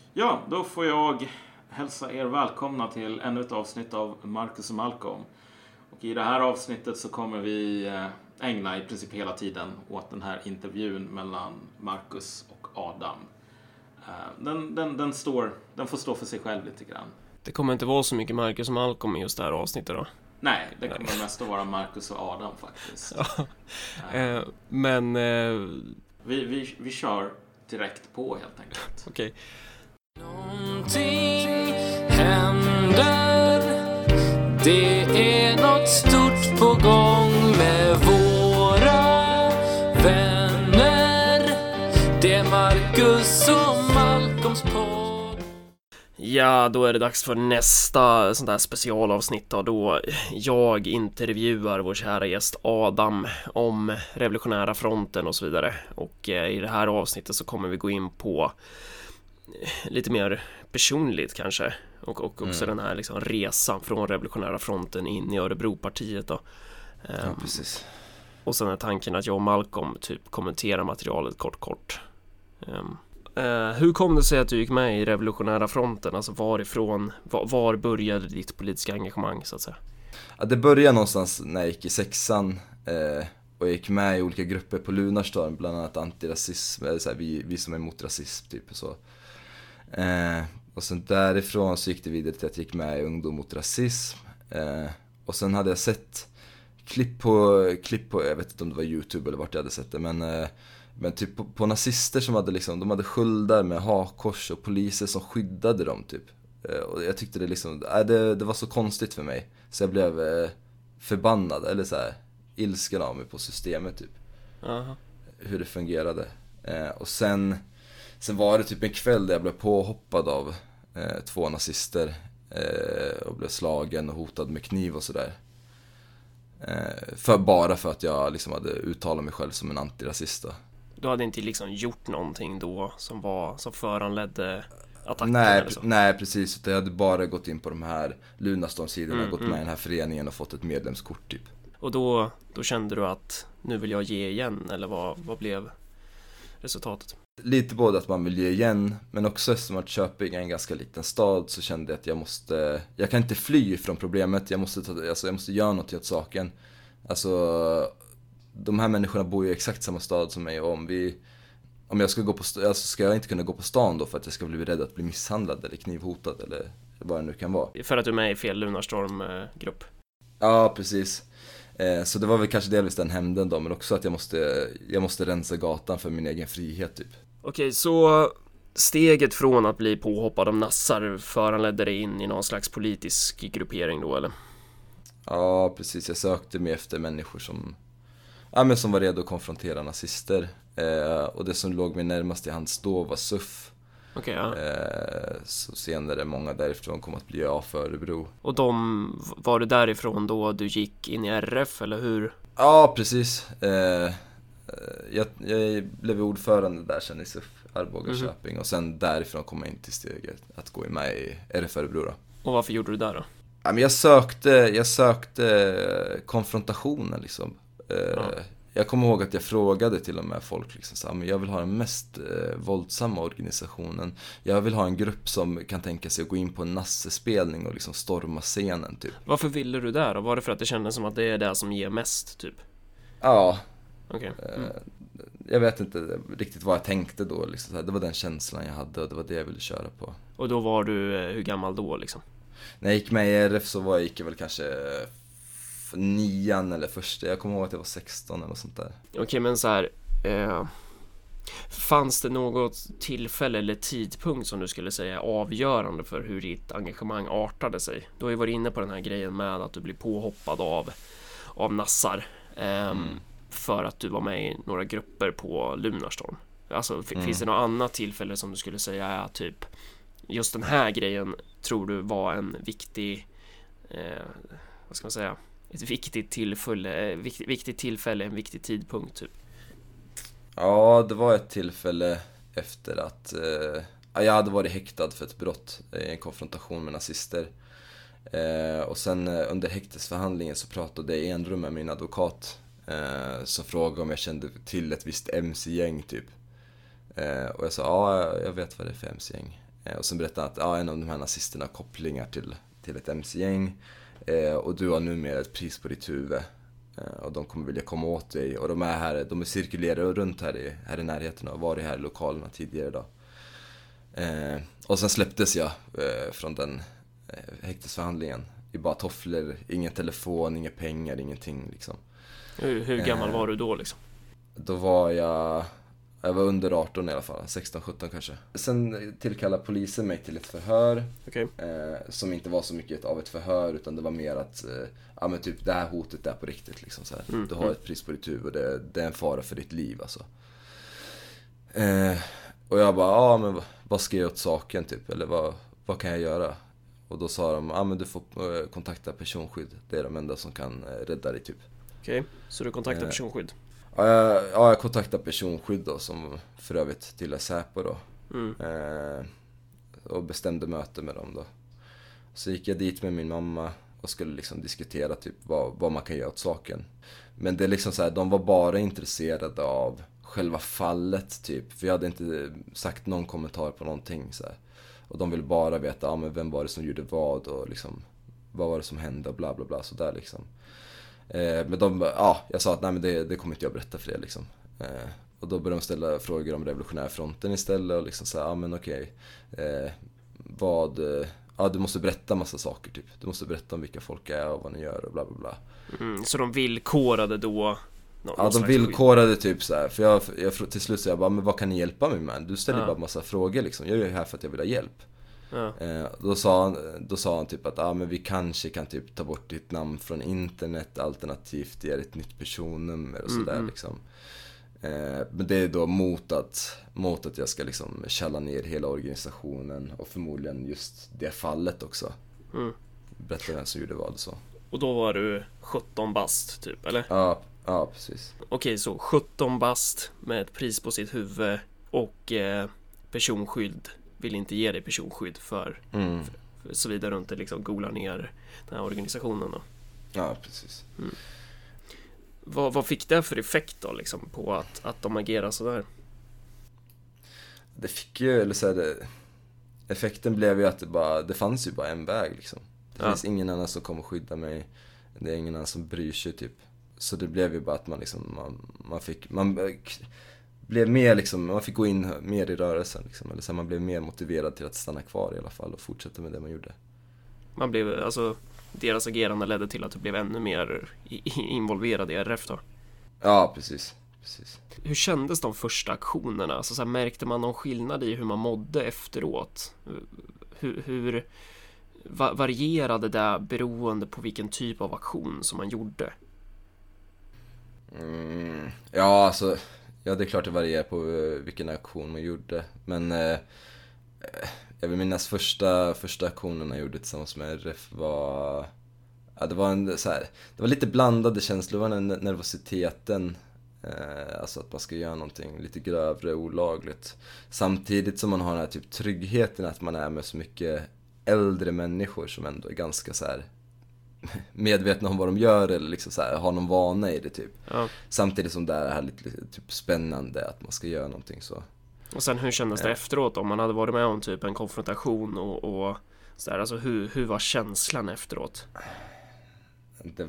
Ja, då får jag hälsa er välkomna till ännu ett avsnitt av Marcus och Malcolm. Och i det här avsnittet så kommer vi ägna i princip hela tiden åt den här intervjun mellan Marcus och Adam. Den får stå för sig själv lite grann. Det kommer inte vara så mycket Marcus och Malcolm i just det här avsnittet då? Nej, det kommer mest att vara Marcus och Adam faktiskt. Men... Vi kör direkt på helt enkelt. Okej. Någonting händer. Det är något stort på gång med våra vänner. Det är Marcus och Malcolms podd. Ja, då är det dags för nästa sånt där specialavsnitt då jag intervjuar vår kära gäst Adam om Revolutionära fronten och så vidare. Och i det här avsnittet så kommer vi gå in på lite mer personligt kanske och också den här liksom resan från Revolutionära fronten in i Örebropartiet då. Ja, precis. Och sen är tanken att jag och Malcolm typ kommenterar materialet kort. Hur kom det sig att du gick med i Revolutionära fronten? Alltså var började ditt politiska engagemang så att säga? Ja, det började någonstans när jag gick i sexan och jag gick med i olika grupper på Lunarstorm, bland annat antirasism, eller så här, vi som är emot rasism typ och så. Och sen därifrån så gick det vidare till att jag gick med i Ungdom mot rasism. Och sen hade jag sett klipp på, jag vet inte om det var YouTube eller vart jag hade sett det, men typ på nazister som hade liksom, de hade sköldar med hakkors och poliser som skyddade dem typ. Och jag tyckte det liksom, det var så konstigt för mig. Så jag blev förbannad eller så här ilsken av mig på systemet typ. Uh-huh. Hur det fungerade. Och sen var det typ en kväll där jag blev påhoppad av 2 nazister och blev slagen och hotad med kniv och sådär. Bara för att jag liksom hade uttalat mig själv som en antirasist då. Du hade inte liksom gjort någonting då som föranledde attacken? Nej, precis. Jag hade bara gått in på de här Lunarstorm-sidorna och gått med i den här föreningen och fått ett medlemskort typ. Och då kände du att nu vill jag ge igen, eller vad blev resultatet? Lite både att man vill ge igen, men också eftersom att Köping är en ganska liten stad så kände jag att jag kan inte fly från problemet, jag måste göra något åt saken. Alltså, de här människorna bor ju i exakt samma stad som mig, och om jag ska gå på ska jag inte kunna gå på stan då för att jag ska bli rädd att bli misshandlad eller knivhotad eller vad det nu kan vara. För att du är med i fel Lunarstorm-grupp? Ja, precis. Så det var väl kanske delvis den hämnden då, men också att jag måste rensa gatan för min egen frihet typ. Okej, så steget från att bli påhoppad av nassar föranledde dig in i någon slags politisk gruppering då, eller? Ja, precis. Jag sökte mig efter människor som var redo att konfrontera nazister. Och det som låg mig närmast i hands då var SUF. Okay, ja. Så senare många därifrån kom att bli för Örebro. Och var du därifrån då du gick in i RF, eller hur? Ja, precis. Jag blev ordförande där sen i SUF, Arboga, Köping. Och sen därifrån kom jag in till steget att gå med i RF Örebro då. Och varför gjorde du det då? Ja, men jag sökte konfrontationen liksom. Jag kommer ihåg att jag frågade till och med folk liksom, så här, men jag vill ha den mest våldsamma organisationen. Jag vill ha en grupp som kan tänka sig att gå in på en nassespelning och liksom storma scenen typ. Varför ville du det då? Var det för att det kändes som att det är det som ger mest typ? Ja. Okay. Jag vet inte riktigt vad jag tänkte då liksom, så här, det var den känslan jag hade och det var det jag ville köra på. Och då var du hur gammal då liksom? När jag gick med i RF så gick jag väl kanske 9 eller första. Jag kommer ihåg att jag var 16 eller sånt där. Okej, men så här, fanns det något tillfälle eller tidpunkt som du skulle säga är avgörande för hur ditt engagemang artade sig? Du har ju varit inne på den här grejen med att du blir påhoppad av nassar för att du var med i några grupper på Lunarstorm. Alltså, finns det något annat tillfälle som du skulle säga är typ just den här grejen tror du var en viktig vad ska man säga, ett viktigt tillfälle, en viktig tidpunkt typ? Ja, det var ett tillfälle efter att jag hade varit häktad för ett brott i en konfrontation med nazister. Och sen under häktesförhandlingen så pratade jag i en rum med min advokat som frågade om jag kände till ett visst MC-gäng typ. Och jag sa, ja, jag vet vad det är för MC-gäng. Och sen berättade han att en av de här nazisterna har kopplingar till ett MC-gäng. Och du har numera ett pris på ditt huvud. Och de kommer vilja komma åt dig. Och de cirkulerar runt här i närheten och har varit här i lokalerna tidigare idag. Och sen släpptes jag från den häktesförhandlingen. I bara tofflor, ingen telefon, inga pengar, ingenting liksom. Hur gammal var du då liksom? Då var jag var under 18 i alla fall, 16-17 kanske. Sen tillkallade polisen mig till ett förhör. Okay. Som inte var så mycket av ett förhör, utan det var mer att men typ det här hotet är på riktigt liksom, så här. Du har ett pris på ditt huvud, det är en fara för ditt liv alltså. Och jag bara, men vad ska jag göra åt saken typ, eller vad kan jag göra? Och då sa de, men du får kontakta personskydd, det är de enda som kan rädda dig typ. Okej, så du kontaktar personskydd? Jag kontaktade personskydd då, som för övrigt till Säpo då. Och bestämde möte med dem då. Så gick jag dit med min mamma och skulle liksom diskutera typ vad man kan göra åt saken. Men det är liksom så här, de var bara intresserade av själva fallet typ. För jag hade inte sagt någon kommentar på någonting så här. Och de ville bara veta, men vem var det som gjorde vad och liksom, vad var det som hände och bla bla bla, så där liksom. Men jag sa att nej, men det kommer inte jag berätta för er liksom. Och då började de ställa frågor om revolutionära fronten istället och liksom så här, men okej. Du måste berätta massa saker typ. Du måste berätta om vilka folk är och vad ni gör och bla bla bla. Så de villkorade då? De villkorade typ så här, för jag till slut sa jag bara, men vad kan ni hjälpa mig med? Du ställer bara massa frågor liksom. Jag är ju här för att jag vill ha hjälp. Då sa han typ att men vi kanske kan typ ta bort ditt namn från internet, alternativt ge ett nytt personnummer och sådär liksom. Men det är då mot att jag ska liksom källa ner hela organisationen och förmodligen just det fallet också. Berätta vem som gjorde vad och så. Och då var du 17 bast typ, eller? Ja, precis. Okej, så 17 bast med ett pris på sitt huvud och personskydd vill inte ge dig personskydd för såvida du inte liksom golar ner den här organisationen då. Ja, precis. Vad fick det för effekt då liksom på att de agerar så där? Det fick ju, eller så här, effekten blev ju att det fanns ju bara en väg liksom. Det finns ingen annan som kommer skydda mig. Det är ingen annan som bryr sig typ. Så det blev ju bara att man liksom man blev mer liksom, man fick gå in mer i rörelsen liksom, eller så man blev mer motiverad till att stanna kvar i alla fall och fortsätta med det man gjorde. Man blev, alltså deras agerande ledde till att du blev ännu mer involverad i RF då? Ja, precis. Hur kändes de första aktionerna? Alltså så här, märkte man någon skillnad i hur man mådde efteråt? Hur varierade det beroende på vilken typ av aktion som man gjorde? Ja, alltså det är klart det varierar på vilken aktion man gjorde. Men jag vill minnas första aktionen jag gjorde tillsammans med RF var... Ja, det var lite blandade känslor. Det var den nervositeten. Alltså att man ska göra någonting lite grövre, olagligt. Samtidigt som man har den här typ tryggheten att man är med så mycket äldre människor som ändå är ganska så här medvetna om vad de gör eller liksom så här, har någon vana i det typ. Samtidigt som det är lite typ spännande att man ska göra någonting så. Och sen hur kändes det efteråt om man hade varit med om typ en konfrontation och så där, alltså hur var känslan efteråt? Det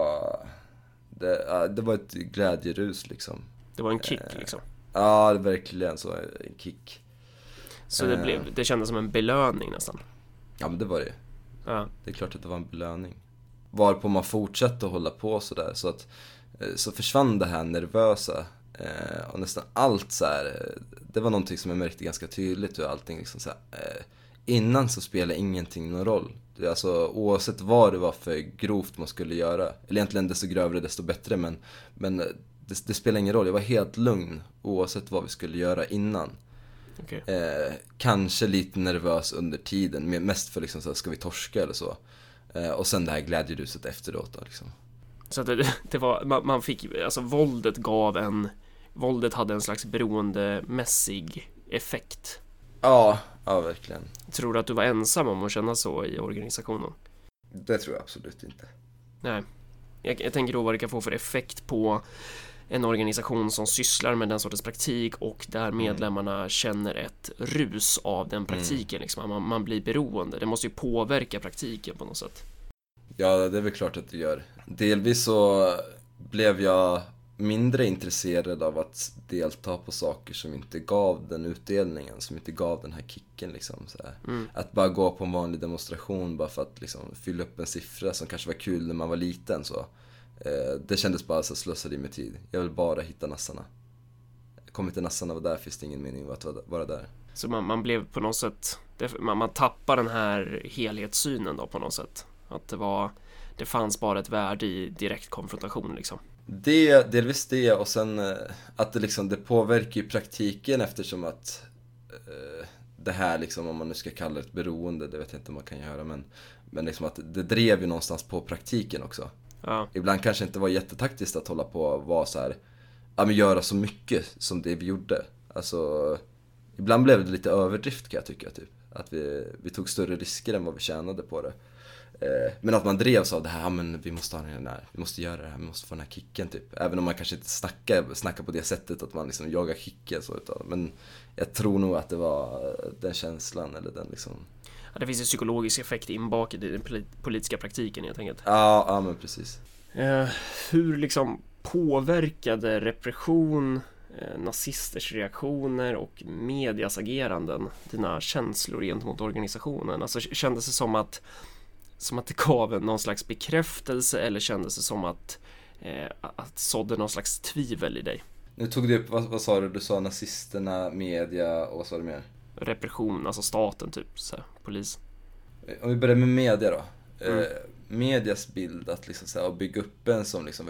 var ett glädjerus liksom. Det var en kick liksom. Ja, det verkligen så, en kick. Så det kändes som en belöning nästan. Ja, men det var det. Ja. Det är klart att det var en belöning. Varpå man fortsatte att hålla på sådär, så försvann det här nervösa. Och nästan allt så här, det var någonting som jag märkte ganska tydligt hur allting liksom så här, innan så spelade ingenting någon roll. Alltså oavsett vad det var för grovt man skulle göra, eller egentligen desto grövre desto bättre, men det spelar ingen roll. Jag var helt lugn oavsett vad vi skulle göra innan. Okay. Kanske lite nervös under tiden, mest för liksom så här, ska vi torska eller så. Och sen det här glädjeruset efteråt då, liksom. Så att det var, man fick, alltså våldet hade en slags beroendemässig effekt. Ja, verkligen. Tror du att du var ensam om att känna så i organisationen? Det tror jag absolut inte. Nej. Jag tänker då vad det kan få för effekt på en organisation som sysslar med den sortens praktik och där medlemmarna känner ett rus av den praktiken liksom. Man blir beroende. Det måste ju påverka praktiken på något sätt. Ja, det är väl klart att det gör. Delvis så blev jag mindre intresserad av att delta på saker som inte gav den utdelningen, som inte gav den här kicken liksom, så här. Att bara gå på en vanlig demonstration bara för att liksom fylla upp en siffra som kanske var kul när man var liten så. Det kändes bara så slösade i med tid. Jag vill bara hitta nassarna. Kommer inte nassarna vara där finns det ingen mening att vara där. Så man blev på något sätt, man tappar den här helhetssynen då på något sätt. Att det fanns bara ett värde i direkt konfrontation liksom. Delvis det, och sen att det påverkar ju praktiken eftersom att det här liksom, om man nu ska kalla det ett beroende, det vet jag inte om man kan göra, men liksom att det drev ju någonstans på praktiken också. Ja. Ibland kanske inte var jättetaktiskt att hålla på och vara så här, ja men göra så mycket som det vi gjorde. Alltså, ibland blev det lite överdrift kan jag tycka typ. Att vi tog större risker än vad vi tjänade på det. Men att man drevs av det här, ja, men vi måste ha den här, vi måste göra det här, vi måste få den här kicken typ. Även om man kanske inte snackar på det sättet att man liksom jagar kicken så utan, men jag tror nog att det var den känslan eller den liksom. Ja, det finns en psykologisk effekt inbakad i den politiska praktiken helt enkelt. Ja men precis. Hur liksom påverkade repression, nazisters reaktioner och medias ageranden dina känslor gentemot organisationen? Alltså kändes det som att det gav någon slags bekräftelse eller kändes det som att sådde någon slags tvivel i dig? Nu tog du upp, vad sa du? Du sa nazisterna, media och vad sa du mer? Repression, alltså staten typ, så här, polis. Om vi börjar med media då. Medias bild att liksom så här, att bygga upp en som liksom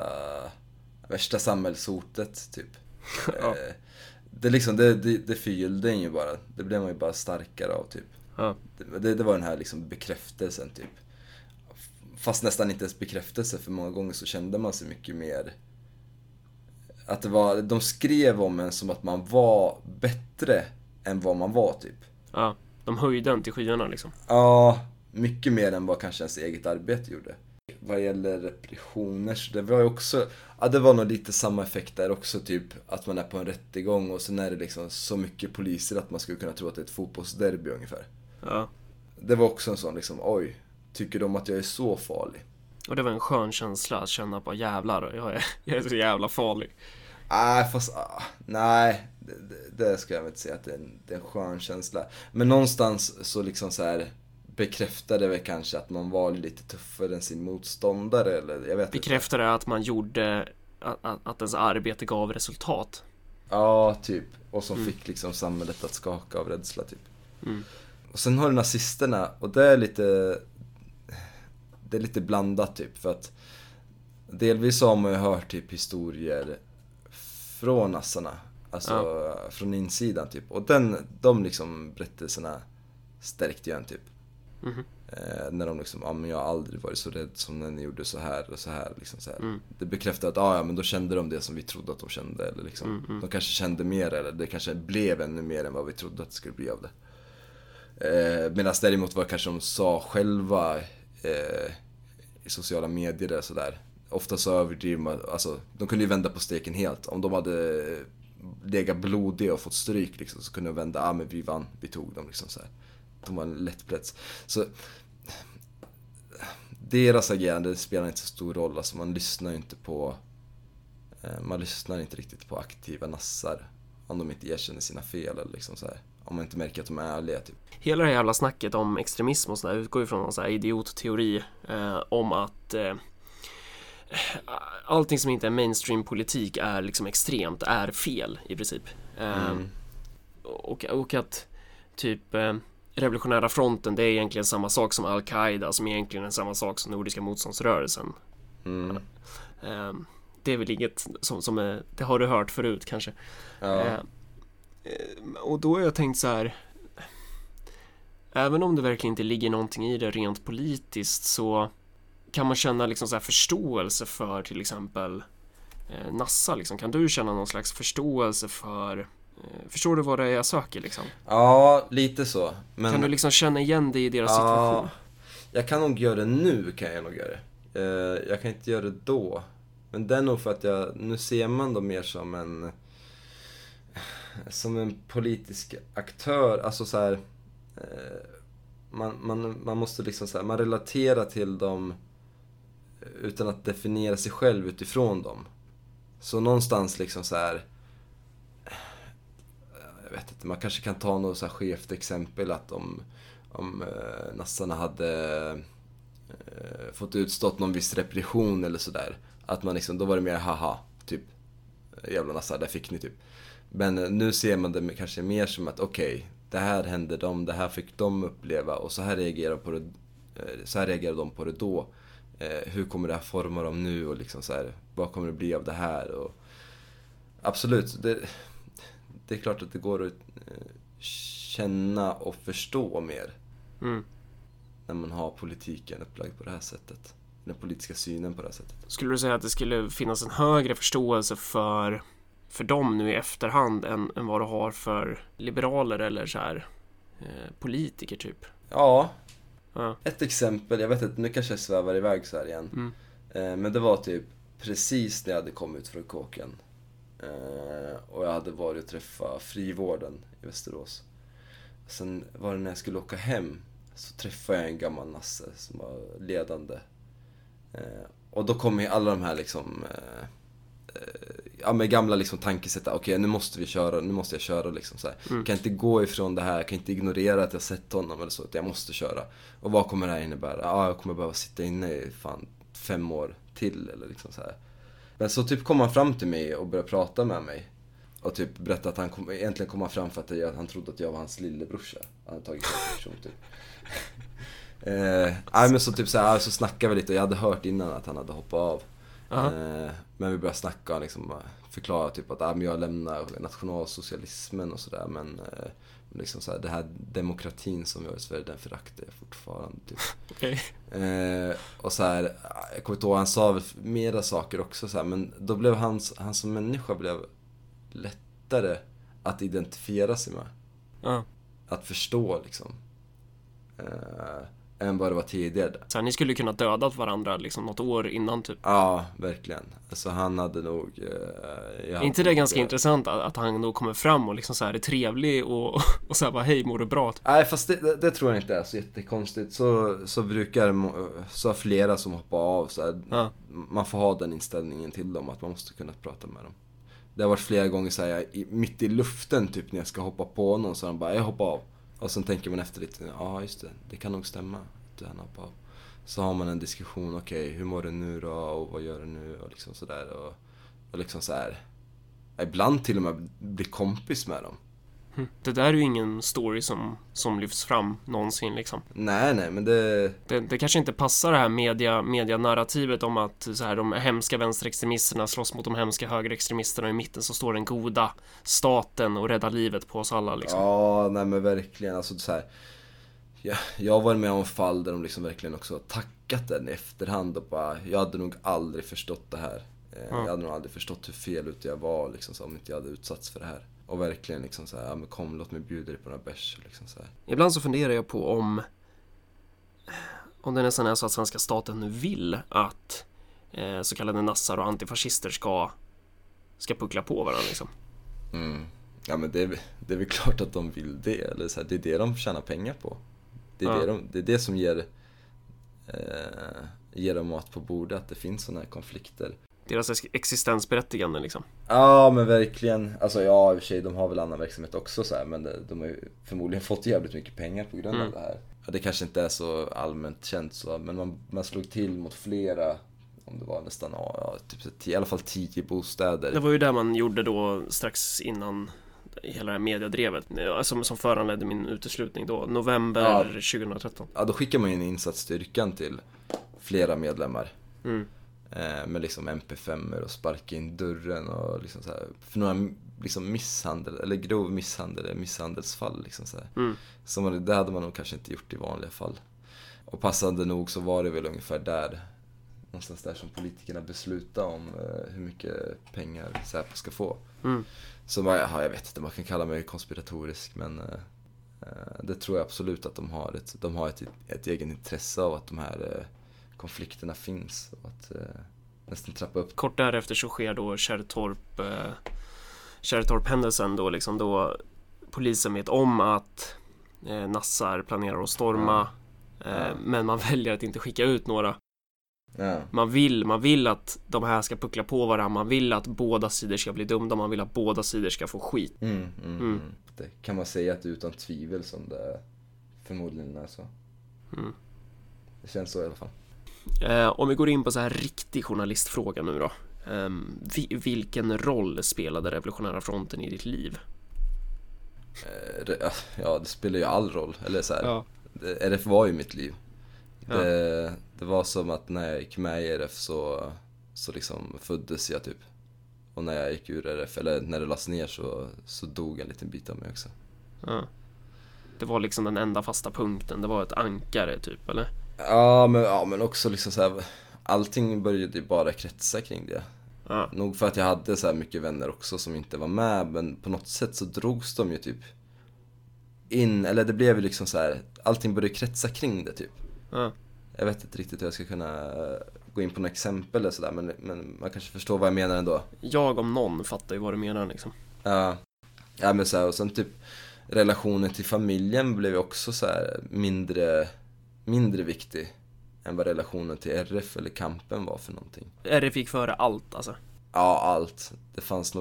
värsta samhällshotet typ. Ja. Det förgyllde en ju bara. Det blev man ju bara starkare av typ. Ja. Det var den här liksom bekräftelsen typ. Fast nästan inte ens bekräftelse, för många gånger så kände man sig mycket mer att de skrev om en som att man var bättre än vad man var typ. Ja, de höjde en till skyarna liksom. Ja, mycket mer än vad kanske ens eget arbete gjorde. Vad gäller repressioner så det var ju också, ja det var nog lite samma effekt där också typ, att man är på en rättegång och sen är det liksom så mycket poliser att man skulle kunna tro att det är ett fotbollsderby ungefär. Ja. Det var också en sån liksom, oj, tycker de att jag är så farlig? Och det var en skön känsla att känna på jävlar, jag är så jävla farlig. Nej, det ska jag inte säga att det är en skön känsla. Men någonstans så liksom så här bekräftade väl kanske att man var lite tuffare än sin motståndare eller jag vet inte. Bekräftade att man gjorde att ens arbete gav resultat. Ja, typ. Och som fick liksom samhället att skaka av rädsla typ. Och sen har du nazisterna och det är lite blandat typ, för att delvis har man ju hört typ historier från nassarna, alltså från insidan typ, och de liksom berättelserna stärkte ju en typ. När de liksom, men jag har aldrig varit så rädd som när ni gjorde så här och så här liksom så här. Det bekräftar att men då kände de det som vi trodde att de kände, eller liksom de kanske kände mer, eller det kanske blev ännu mer än vad vi trodde att det skulle bli av det. Medan däremot vad kanske de sa själva i sociala medier eller sådär. Ofta så överdriver man, alltså de kunde ju vända på steken helt. Om de hade legat blodiga och fått stryk liksom, så kunde de vända, men vi vann, vi tog dem liksom så här. De var en lätt plats. Så deras agerande spelar inte så stor roll, alltså man lyssnar inte riktigt på aktiva nassar om de inte erkänner sina fel eller liksom så här. Om man inte märker att de är ärliga typ. Hela det här jävla snacket om extremism och sådär utgår ju från någon sån här idiotteori om att allting som inte är mainstream-politik är liksom extremt, är fel i princip. Och att typ revolutionära fronten, det är egentligen samma sak som Al-Qaida, som egentligen är samma sak som Nordiska motståndsrörelsen. Det är väl inget som är, det har du hört förut kanske. Ja. Och då har jag tänkt så här, även om det verkligen inte ligger någonting i det rent politiskt, så kan man känna liksom så här förståelse för till exempel Nassa liksom. Kan du känna någon slags förståelse för, förstår du vad det är jag söker liksom? Ja, lite så. Men kan du liksom känna igen dig i deras situation? Jag kan nog göra det nu, kan jag nog göra det. Jag kan inte göra det då. Men det är nog för att nu ser man dem mer som en politisk aktör. Alltså så här, man måste liksom så här, man relaterar till dem utan att definiera sig själv utifrån dem. Så någonstans liksom så här, jag vet inte, man kanske kan ta något så här skevt exempel att om nassarna hade fått utstått någon viss repression eller sådär, att man liksom, då var det mer haha, typ jävla nassar, där fick ni typ. Men nu ser man det kanske mer som att okej, det här hände dem, det här fick de uppleva och så här reagerar de på det då. Hur kommer det här forma dem nu och liksom så här, vad kommer det bli av det här? Och absolut, det är klart att det går att känna och förstå mer när man har politiken upplagd på det här sättet, den politiska synen på det här sättet. Skulle du säga att det skulle finnas en högre förståelse för dem nu i efterhand än vad du har för liberaler eller så här politiker typ? Ja. Ett exempel, jag vet inte, nu kanske jag svävar iväg så här igen. Men det var typ precis när jag hade kommit ut från kåken. Och jag hade varit och träffat frivården i Västerås. Sen var det när jag skulle åka hem, så träffade jag en gammal nasse som var ledande. Och då kom ju alla de här liksom med gamla liksom tankesätt. Okej, nu måste jag köra liksom så här. Kan inte gå ifrån det här, kan inte ignorera att jag sett honom eller så, att jag måste köra. Och vad kommer det här innebära? Jag kommer behöva sitta inne i 5 år till eller liksom så här. Men så typ kom han fram till mig och började prata med mig. Och typ berättade att han egentligen kom fram för att han trodde att jag var hans lillebrorsa. Han hade tagit person typ. Men så typ så här, så snackade vi lite och jag hade hört innan att han hade hoppat av. Men vi började snacka och liksom förklara typ att jag lämnar nationalsocialismen och sådär, men liksom så här, det här demokratin som vi har i Sverige, den föraktar jag fortfarande typ. Okay. Och så här, jag kommer inte ihåg, han sa väl mera saker också så här, men då blev han som människa blev lättare att identifiera sig med. Att förstå liksom. Än vad det var tidigare. Så här, ni skulle kunna dödat varandra liksom något år innan typ. Ja, verkligen. Alltså han hade nog inte det ganska intressant att han då kommer fram och liksom så här är trevlig och så här bara hej, mår du bra? Nej, fast det tror jag inte är så jättekonstigt. Så brukar så flera som hoppar av så här, man får ha den inställningen till dem att man måste kunna prata med dem. Det har varit flera gånger så här, mitt i luften typ när jag ska hoppa på någon, så han bara jag hoppar av. Och sen tänker man efter lite, just det kan nog stämma att du hoppar av. Så har man en diskussion, okej, hur mår du nu då och vad gör du nu och liksom sådär och liksom så här, ibland till och med bli kompis med dem. Det där är ju ingen story som lyfts fram någonsin liksom. Nej, men det kanske inte passar det här media-narrativet om att så här, de hemska vänsterextremisterna slåss mot de hemska högerextremisterna, och i mitten så står den goda staten och räddar livet på oss alla liksom. Ja, nej men verkligen, alltså så här, jag har varit med om fall där de liksom verkligen också har tackat den i efterhand och bara, jag hade nog aldrig förstått det här. Jag hade nog aldrig förstått hur fel ute jag var liksom, så om inte jag hade utsatts för det här. Och verkligen liksom så här, men kom, låt mig bjuda dig på några bärs liksom så här. Ibland så funderar jag på om det nästan är så att svenska staten nu vill att så kallade nassar och antifascister ska puckla på varandra liksom. Ja, men det är väl klart att de vill det, eller så här, det är det de tjänar pengar på. Det är det som ger dem mat på bordet, att det finns såna här konflikter. Deras existensberättigande liksom. Ja, men verkligen. Alltså i och för sig, de har väl annan verksamhet också så här, men de har ju förmodligen fått jävligt mycket pengar på grund av det här. Ja, det kanske inte är så allmänt känt så, men man slog till mot flera, om det var nästan typ, i alla fall 10 bostäder. Det var ju där man gjorde då strax innan hela det här mediadrevet som föranledde min uteslutning då, november 2013. Ja, då skickar man ju en insatsstyrkan till flera medlemmar. Med liksom MP5 och sparka in dörren och liksom så här, för några liksom misshandel eller grov misshandel eller misshandelsfall liksom så här. Som det hade man nog kanske inte gjort i vanliga fall. Och passande nog så var det väl ungefär där, någonstans där som politikerna beslutade om hur mycket pengar Säpo ska få. Så jag vet inte, man kan kalla mig konspiratorisk, men det tror jag absolut att de har ett egen intresse av att de här konflikterna finns och att nästan trappa upp. Kort därefter så sker då Kärrtorp-händelsen då liksom, då polisen vet om att Nassar planerar att storma, men man väljer att inte skicka ut några. Ja. Man vill att de här ska puckla på varandra, man vill att båda sidor ska bli dömda, man vill att båda sidor ska få skit. Det kan man säga att det är utan tvivel som det förmodligen är så. Det känns så i alla fall. Om vi går in på så här riktig journalistfråga nu då. Vilken roll spelade Revolutionära fronten i ditt liv? Ja, det spelar ju all roll. Eller så här, Ja. RF var ju mitt liv. Ja. Det var som att när jag gick med i RF så liksom föddes jag typ. Och när jag gick ur RF, eller när det lades ner så dog en liten bit av mig också. Ja. Det var liksom den enda fasta punkten. Det var ett ankare typ, eller? Ja, men också liksom så här, allting började ju bara kretsa kring det. Ja. Nog för att jag hade så här mycket vänner också som inte var med, men på något sätt så drogs de ju typ in, eller det blev ju liksom så här, allting började kretsa kring det typ. Ja. Jag vet inte riktigt hur jag ska kunna gå in på något exempel eller sådär, men man kanske förstår vad jag menar ändå. Jag om någon fattar ju vad du menar liksom. Ja, men så här, och sen typ relationen till familjen blev ju också så här mindre viktig än vad relationen till RF eller kampen var för någonting. RF gick före allt alltså. Ja, allt. Det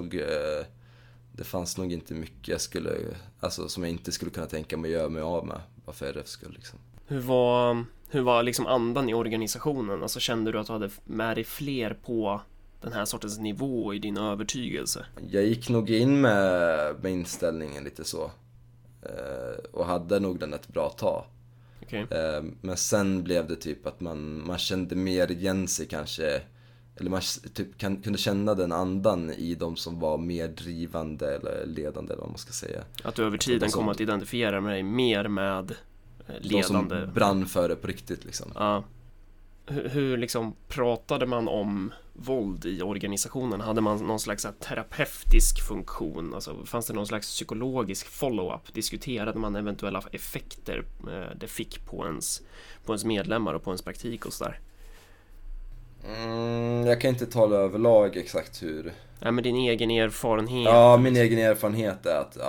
fanns nog inte mycket som jag inte skulle kunna tänka mig att göra mig av med bara för RF skull liksom. Hur var liksom andan i organisationen? Alltså, kände du att du hade med dig fler på den här sortens nivå i din övertygelse? Jag gick nog in med inställningen lite så. Och hade nog den ett bra tag. Okay. Men sen blev det typ att man kände mer igen sig kanske. Eller man typ kunde känna den andan i de som var mer drivande eller ledande eller vad man ska säga. Att du över tiden kom att identifiera dig mer med ledande. De som brann för det på riktigt liksom. Ja. Hur liksom pratade man om våld i organisationen? Hade man någon slags terapeutisk funktion? Alltså, fanns det någon slags psykologisk follow-up? Diskuterade man eventuella effekter det fick på ens medlemmar och på ens praktik och sådär? Jag kan inte tala överlag exakt hur. Nej, men din egen erfarenhet. Ja, min egen erfarenhet är att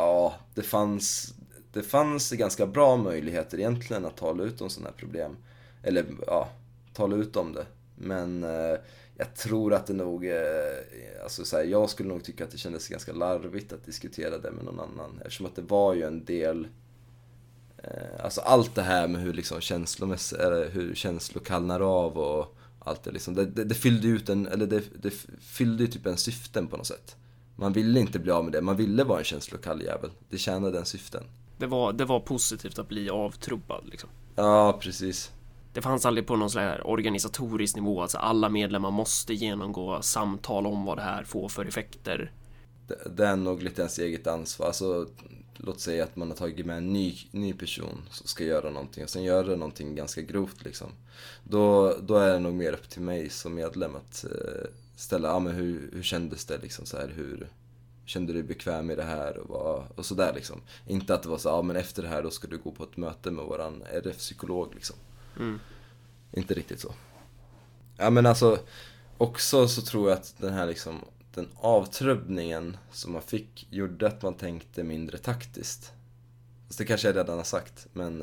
det fanns ganska bra möjligheter egentligen att tala ut om sådana här problem. Eller tala ut om det. Men jag tror att det nog jag skulle nog tycka att det kändes ganska larvigt att diskutera det med någon annan, eftersom att det var ju en del allt det här med hur liksom hur känslor kallnar av och allt det liksom, det fyllde ut det fyllde typ en syften på något sätt. Man ville inte bli av med det, man ville vara en känslokall jävel. Det tjänade den syften. Det var positivt att bli avtrubbad liksom. Ja, precis. Det fanns aldrig på någon slags organisatorisk nivå, alltså alla medlemmar måste genomgå samtal om vad det här får för effekter. Det är nog lite ens eget ansvar. Alltså, låt säga att man har tagit med en ny person som ska göra någonting och sen gör det någonting ganska grovt liksom. Då är det nog mer upp till mig som medlem att ställa, men hur kändes det liksom så här, hur kände du dig bekväm i det här och så där liksom. Inte att det var så, men efter det här då ska du gå på ett möte med våran RF-psykolog liksom. Inte riktigt så. Ja, men alltså också så tror jag att den här liksom, den avtrubbningen som man fick gjorde att man tänkte mindre taktiskt. Så det kanske jag redan har sagt, men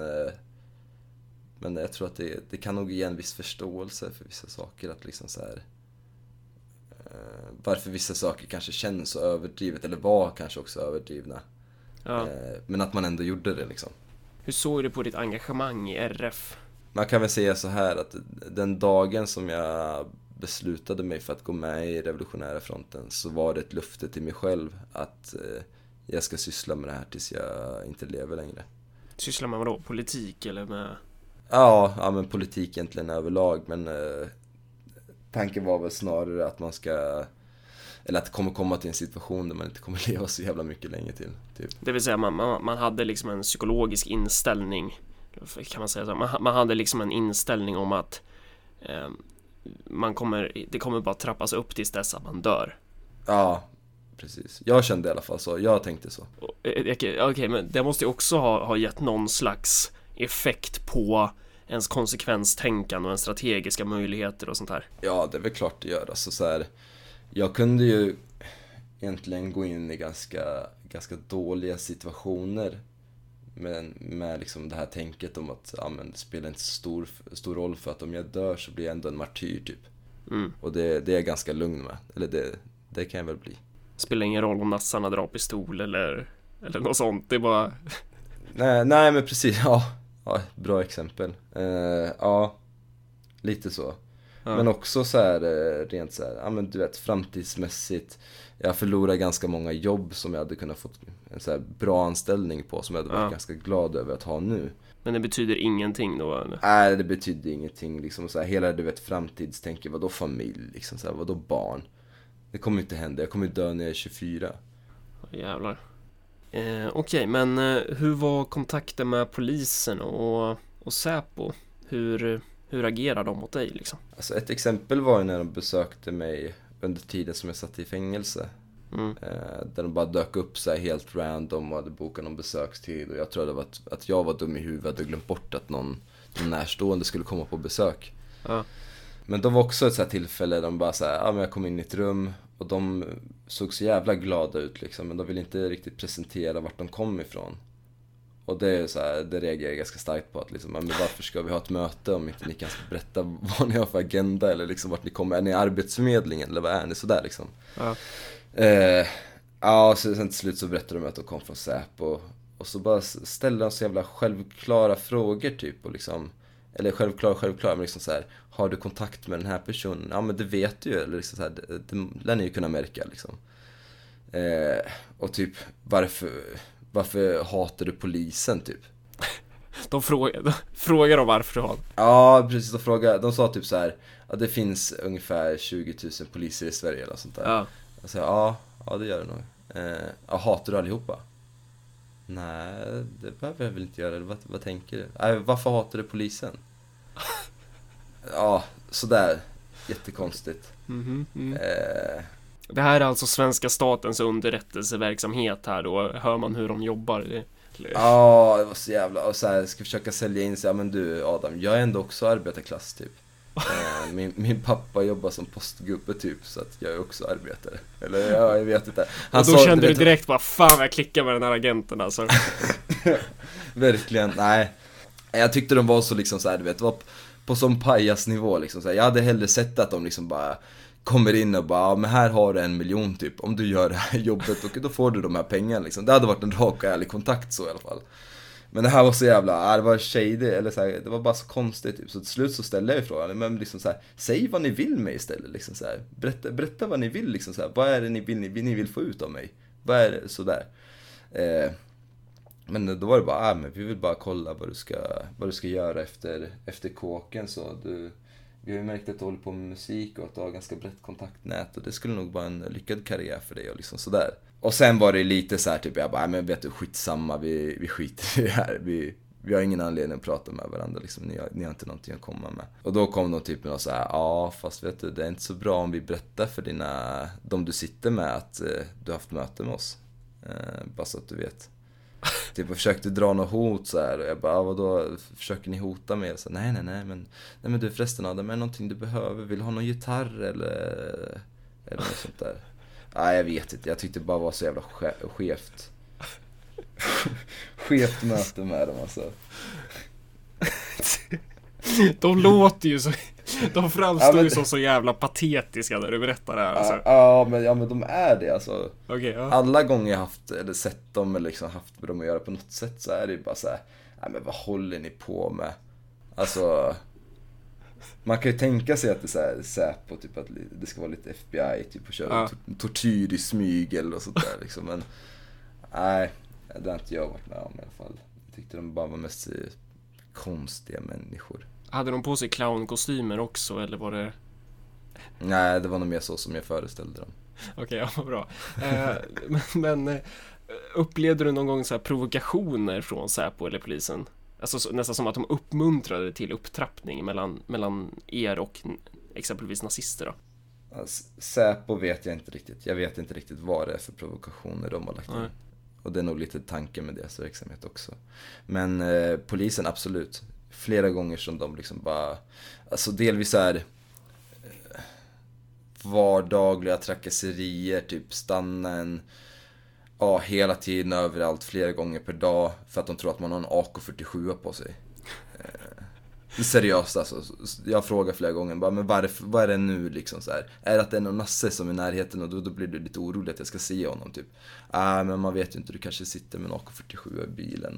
jag tror att det kan nog ge en viss förståelse för vissa saker, att liksom så här, varför vissa saker kanske känns så överdrivet eller var kanske också överdrivna. Ja. Men att man ändå gjorde det liksom. Hur såg du på ditt engagemang i RF? Man kan väl säga så här att den dagen som jag beslutade mig för att gå med i Revolutionära fronten så var det ett löfte till mig själv att jag ska syssla med det här tills jag inte lever längre. Sysslar man med då? Politik eller med? Ja, men politik egentligen överlag, men tanken var väl snarare att man ska, eller att det kommer komma till en situation där man inte kommer leva så jävla mycket länge till typ. Det vill säga man hade liksom en psykologisk inställning, kan man säga så. Man hade liksom en inställning om att det kommer bara trappas upp tills dess att man dör. Ja, precis. Jag kände i alla fall så. Jag tänkte så. Okej, men det måste ju också ha gett någon slags effekt på ens konsekvenstänkande och ens strategiska möjligheter och sånt här? Ja, det är väl klart det gör. Alltså, så här, jag kunde ju egentligen gå in i ganska dåliga situationer med liksom det här tänket om att det spelar inte så stor roll, för att om jag dör så blir jag ändå en martyr typ. Och det är jag ganska lugn med. Eller det kan jag väl bli. Spelar ingen roll om nassarna drar pistol eller något sånt. Det är bara... nej men precis, ja, bra exempel. Ja, lite så. Ja. Men också så här, rent så här, ja men du vet, framtidsmässigt. Jag förlorar ganska många jobb som jag hade kunnat fått en så här bra anställning på, som jag hade varit ganska glad över att ha nu. Men det betyder ingenting då, eller? Nej, det betyder ingenting liksom, så här, hela du vet framtidstänker, vadå familj liksom, så här, vadå barn. Det kommer inte hända, jag kommer dö när jag är 24. Jävlar. Okej, men hur var kontakten med polisen och Säpo? Hur agerar de mot dig liksom? Alltså ett exempel var ju när de besökte mig under tiden som jag satt i fängelse. Där de bara dök upp så här helt random och hade bokat någon besökstid. Och jag tror det var att jag var dum i huvudet och glömt bort att någon närstående skulle komma på besök. Men det var också ett så här tillfälle där de bara så här, men jag kom in i ett rum och de såg så jävla glada ut liksom, men de ville inte riktigt presentera vart de kom ifrån. Och det är så här, det reagerar jag ganska starkt på, att liksom, men varför ska vi ha ett möte om inte ni kan berätta vad ni har för agenda, eller liksom vart ni kommer, är ni arbetsförmedlingen eller vad är ni, sådär liksom. Så sen till slut så berättade de att de kom från Säpo, och så bara ställde de så jävla självklara frågor typ, och liksom, eller självklara, men liksom så här, har du kontakt med den här personen? Ja, men det vet du ju, eller liksom så här, det lär ni ju kunna märka liksom. Och typ, varför hatar du polisen typ? De frågar om varför du har. Ja, precis, de sa typ så här, ja, det finns ungefär 20 000 poliser i Sverige eller sånt där. Ja. Jag sa, ja det gör det nog. Hatar du allihopa? Nej, det behöver jag väl inte göra. Vad tänker du? Varför hatar du polisen? Ja, sådär. Jättekonstigt. Det här är alltså svenska statens underrättelseverksamhet här då. Hör man hur de jobbar? Ja, det var så jävla... Och så här, ska försöka sälja in sig. Ja, men du Adam, jag är ändå också arbetarklass typ. Min pappa jobbar som postgubbe typ, så att jag är också arbetare. Eller jag vet inte. Och då kände du direkt bara, fan jag klickar med den här agenten alltså. Verkligen, nej. Jag tyckte de var så liksom så här, du vet, var på sån pajasnivå liksom så här. Jag hade hellre sett att de liksom bara kommer in och bara, men här har du 1 miljon typ. Om du gör det här jobbet, och då får du de här pengarna liksom. Det hade varit en rak och ärlig kontakt så i alla fall. Men det här var så jävla, det var shady, eller så här, det var bara så konstigt typ. Så till slut så ställde jag frågan, men liksom så här, säg vad ni vill med istället liksom så här. Berätta vad ni vill liksom så här. Vad är det ni vill få ut av mig? Vad är det sådär? Men då var det bara, men vi vill bara kolla vad du ska göra efter kåken så. Vi har ju märkt att du håller på med musik och att du har ganska brett kontaktnät, och det skulle nog vara en lyckad karriär för dig och liksom sådär. Och sen var det lite så här typ, jag bara, men vet du, skitsamma, vi skiter i det här. Vi har ingen anledning att prata med varandra liksom, ni har inte någonting att komma med. Och då kom de typ med så här, fast vet du, det är inte så bra om vi berättar för de du sitter med att du har haft möte med oss. Bara så att du vet. Typ jag försökte dra något hot så här, och jag bara, vadå, försöker ni hota mig? Så, nej men du förresten Adam, är det någonting du behöver? Vill du ha någon gitarr eller något sånt där? Nej, jag vet inte, jag tyckte det bara var så jävla skevt. Skevt möte med dem alltså. De låter ju så... De framstår ju så jävla patetiska när du berättar det här alltså. Ja, men de är det alltså. Okay, ja. Alla gånger jag haft eller sett dem eller liksom haft med dem att göra på något sätt, så är det ju bara så här, nej men vad håller ni på med? Alltså, man kan ju tänka sig att det är så här Säpo typ, att det ska vara lite FBI typ, och köra tortyr i smygel och sånt där liksom. Men nej, det har inte jag varit med om i alla fall. Jag tyckte de bara var mest konstiga människor. Hade de på sig clownkostymer också, eller var det... Nej, det var nog mer så som jag föreställde dem. Okej, ja, bra. Men upplevde du någon gång så här provokationer från Säpo eller polisen? Alltså nästan som att de uppmuntrade till upptrappning mellan er och exempelvis nazister då? Säpo vet jag inte riktigt. Jag vet inte riktigt vad det är för provokationer de har lagt in. Och det är nog lite tanke med deras verksamhet också. Men polisen, absolut. flera gånger som de liksom bara, alltså delvis är vardagliga trakasserier, typ stanna en, hela tiden överallt flera gånger per dag för att de tror att man har en AK47 på sig. Seriöst alltså, jag frågar flera gånger bara, men varför, vad är det nu liksom så här? Är det att det är någon nasse som är i närheten och då blir du lite orolig att jag ska se honom typ? Men man vet ju inte, du kanske sitter med en AK47 i bilen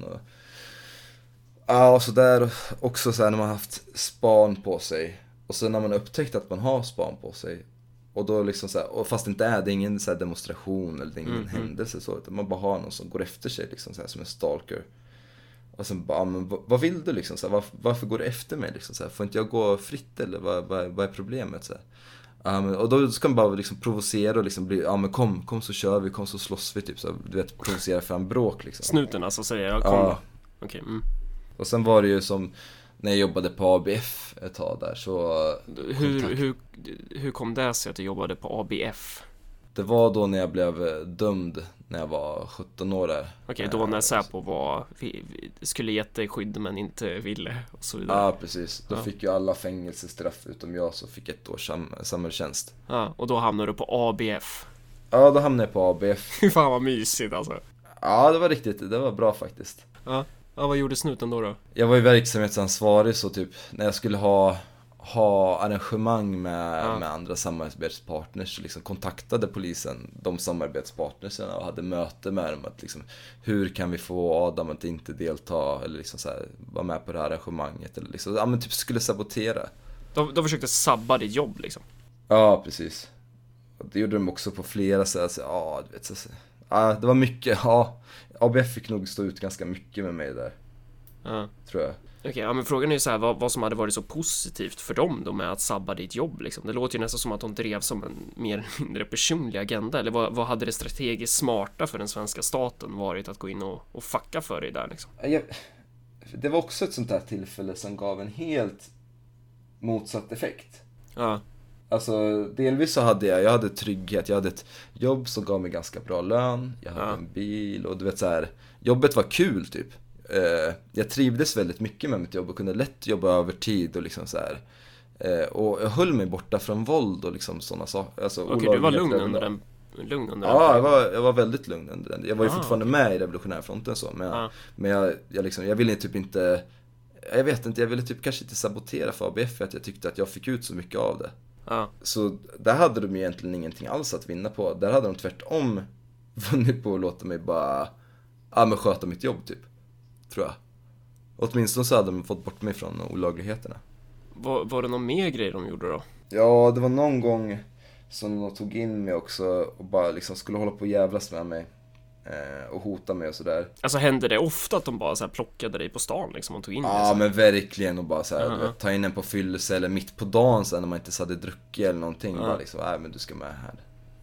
och så där också så här, när man har haft span på sig och sen när man har upptäckt att man har span på sig och då liksom så här, och fast det inte är ingen så här demonstration eller det är ingen händelse så, utan man bara har någon som går efter sig liksom så här, som en stalker. Och sen bara, men vad vill du liksom så här, varför går du efter mig liksom så här, får inte jag gå fritt eller vad är problemet så här? Och då ska man bara liksom provocera och liksom bli, men kom så kör vi, kom så slåss vi typ så, du vet, provocera fram bråk liksom. Snuten alltså säger jag, kom då. Okej. Och sen var det ju som när jag jobbade på ABF ett tag där så hur kom det sig att du jobbade på ABF? Det var då när jag blev dömd när jag var 17 år där. Okej, då när Säpo skulle gett dig skydd men inte ville och så vidare. Ja, precis. Då fick ju alla fängelsestraff utom jag, så fick 1 års samhällstjänst. Ja, och då hamnade du på ABF. Ja, då hamnade jag på ABF. Fan vad mysigt alltså. Ja, det var bra faktiskt. Ja, vad gjorde snuten då? Jag var ju verksamhetsansvarig, så typ när jag skulle ha arrangemang med andra samarbetspartners så liksom kontaktade polisen de samarbetspartnerserna och hade möte med dem att liksom, hur kan vi få Adam att inte delta eller liksom så här, vara med på det här arrangemanget eller liksom, men typ skulle sabotera. De försökte sabba ditt jobb liksom. Ja, precis. Och det gjorde de också på flera sätt. Du vet så. Det var mycket. ABF fick nog stå ut ganska mycket med mig där. Tror jag. Okej, men frågan är ju så här, vad som hade varit så positivt för dem då med att sabba ditt jobb liksom. Det låter ju nästan som att de drev som en mer eller mindre personlig agenda. Eller vad hade det strategiskt smarta för den svenska staten varit att gå in och fucka för dig där liksom? Det var också ett sånt där tillfälle som gav en helt motsatt effekt. Ja. Alltså delvis så hade jag hade trygghet, jag hade ett jobb som gav mig ganska bra lön, jag hade en bil och du vet så här, jobbet var kul typ. Jag trivdes väldigt mycket med mitt jobb och kunde lätt jobba över tid och liksom så här. Och jag höll mig borta från våld och liksom sådana saker. Alltså, okej, du var lugn under den? Jag var väldigt lugn under den. Jag var ju fortfarande med i revolutionärfronten så, men jag ville typ inte, jag vet inte, jag ville typ kanske inte sabotera för ABF för att jag tyckte att jag fick ut så mycket av det. Så där hade de egentligen ingenting alls att vinna på. Där hade de tvärtom vunnit på att låta mig bara sköta mitt jobb typ, tror jag. Åtminstone så hade de fått bort mig från olagligheterna. Var det någon mer grej de gjorde då? Ja, det var någon gång som de tog in mig också och bara liksom skulle hålla på och jävlas med mig och hota mig och sådär. Alltså hände det ofta att de bara så här plockade dig på stan liksom och tog in dig? Ja, men verkligen, och bara så här, ta in en på fyllelse eller mitt på dagen så när man inte hade druckit eller någonting. Bara liksom, men du ska med här.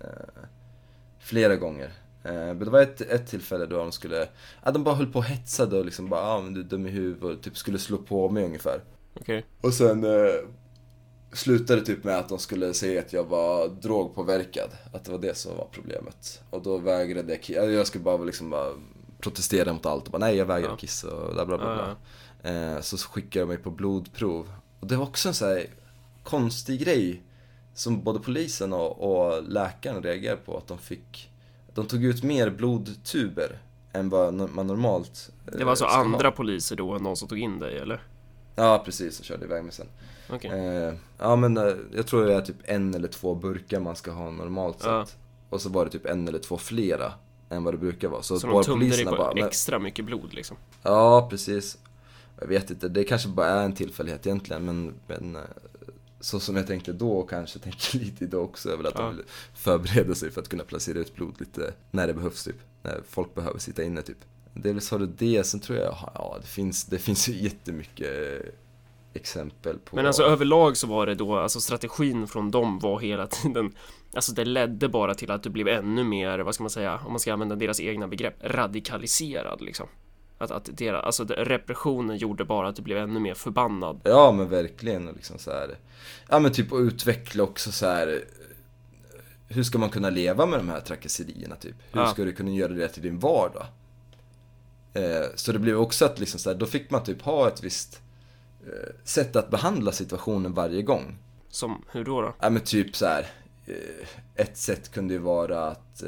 Flera gånger. Men det var ett tillfälle då de skulle, de bara höll på och hetsade och liksom bara, men du är dum i huvudet och typ skulle slå på mig ungefär. Okej. Och sen slutade typ med att de skulle säga att jag var drogpåverkad, att det var det som var problemet. Och då vägrade jag skulle bara liksom bara protestera mot allt och bara, nej, jag vägrar kissa och bla bla bla. Så skickade jag mig på blodprov. Och det var också en så här konstig grej som både polisen och läkaren reagerade på, att de tog ut mer blodtuber än vad man normalt det var alltså andra poliser då än någon som tog in dig, eller? Ja, precis, och körde iväg med sen. Okay. Men jag tror det är typ 1 eller 2 burkar man ska ha normalt sett. Och så var det typ 1 eller 2 flera än vad det brukar vara. Så de tömde dig på extra mycket blod liksom? Ja, precis. Jag vet inte, det kanske bara är en tillfällighet egentligen, men så som jag tänkte då, kanske tänker lite idag också, över att de vill förbereda sig för att kunna placera ut blod lite när det behövs typ, när folk behöver sitta inne typ. Dels har du det, sen tror jag, det finns ju jättemycket exempel på. Men alltså överlag så var det då, alltså strategin från dem var hela tiden, alltså det ledde bara till att du blev ännu mer, vad ska man säga, om man ska använda deras egna begrepp, radikaliserad liksom. Alltså repressionen gjorde bara att du blev ännu mer förbannad. Ja, men verkligen, och liksom så här, men typ att utveckla också så här, hur ska man kunna leva med de här trakasserierna typ? Hur ska du kunna göra det till din vardag? Så det blev också att liksom så här, då fick man typ ha ett visst sätt att behandla situationen varje gång. Som, hur då? Ja, men typ så här. Ett sätt kunde ju vara att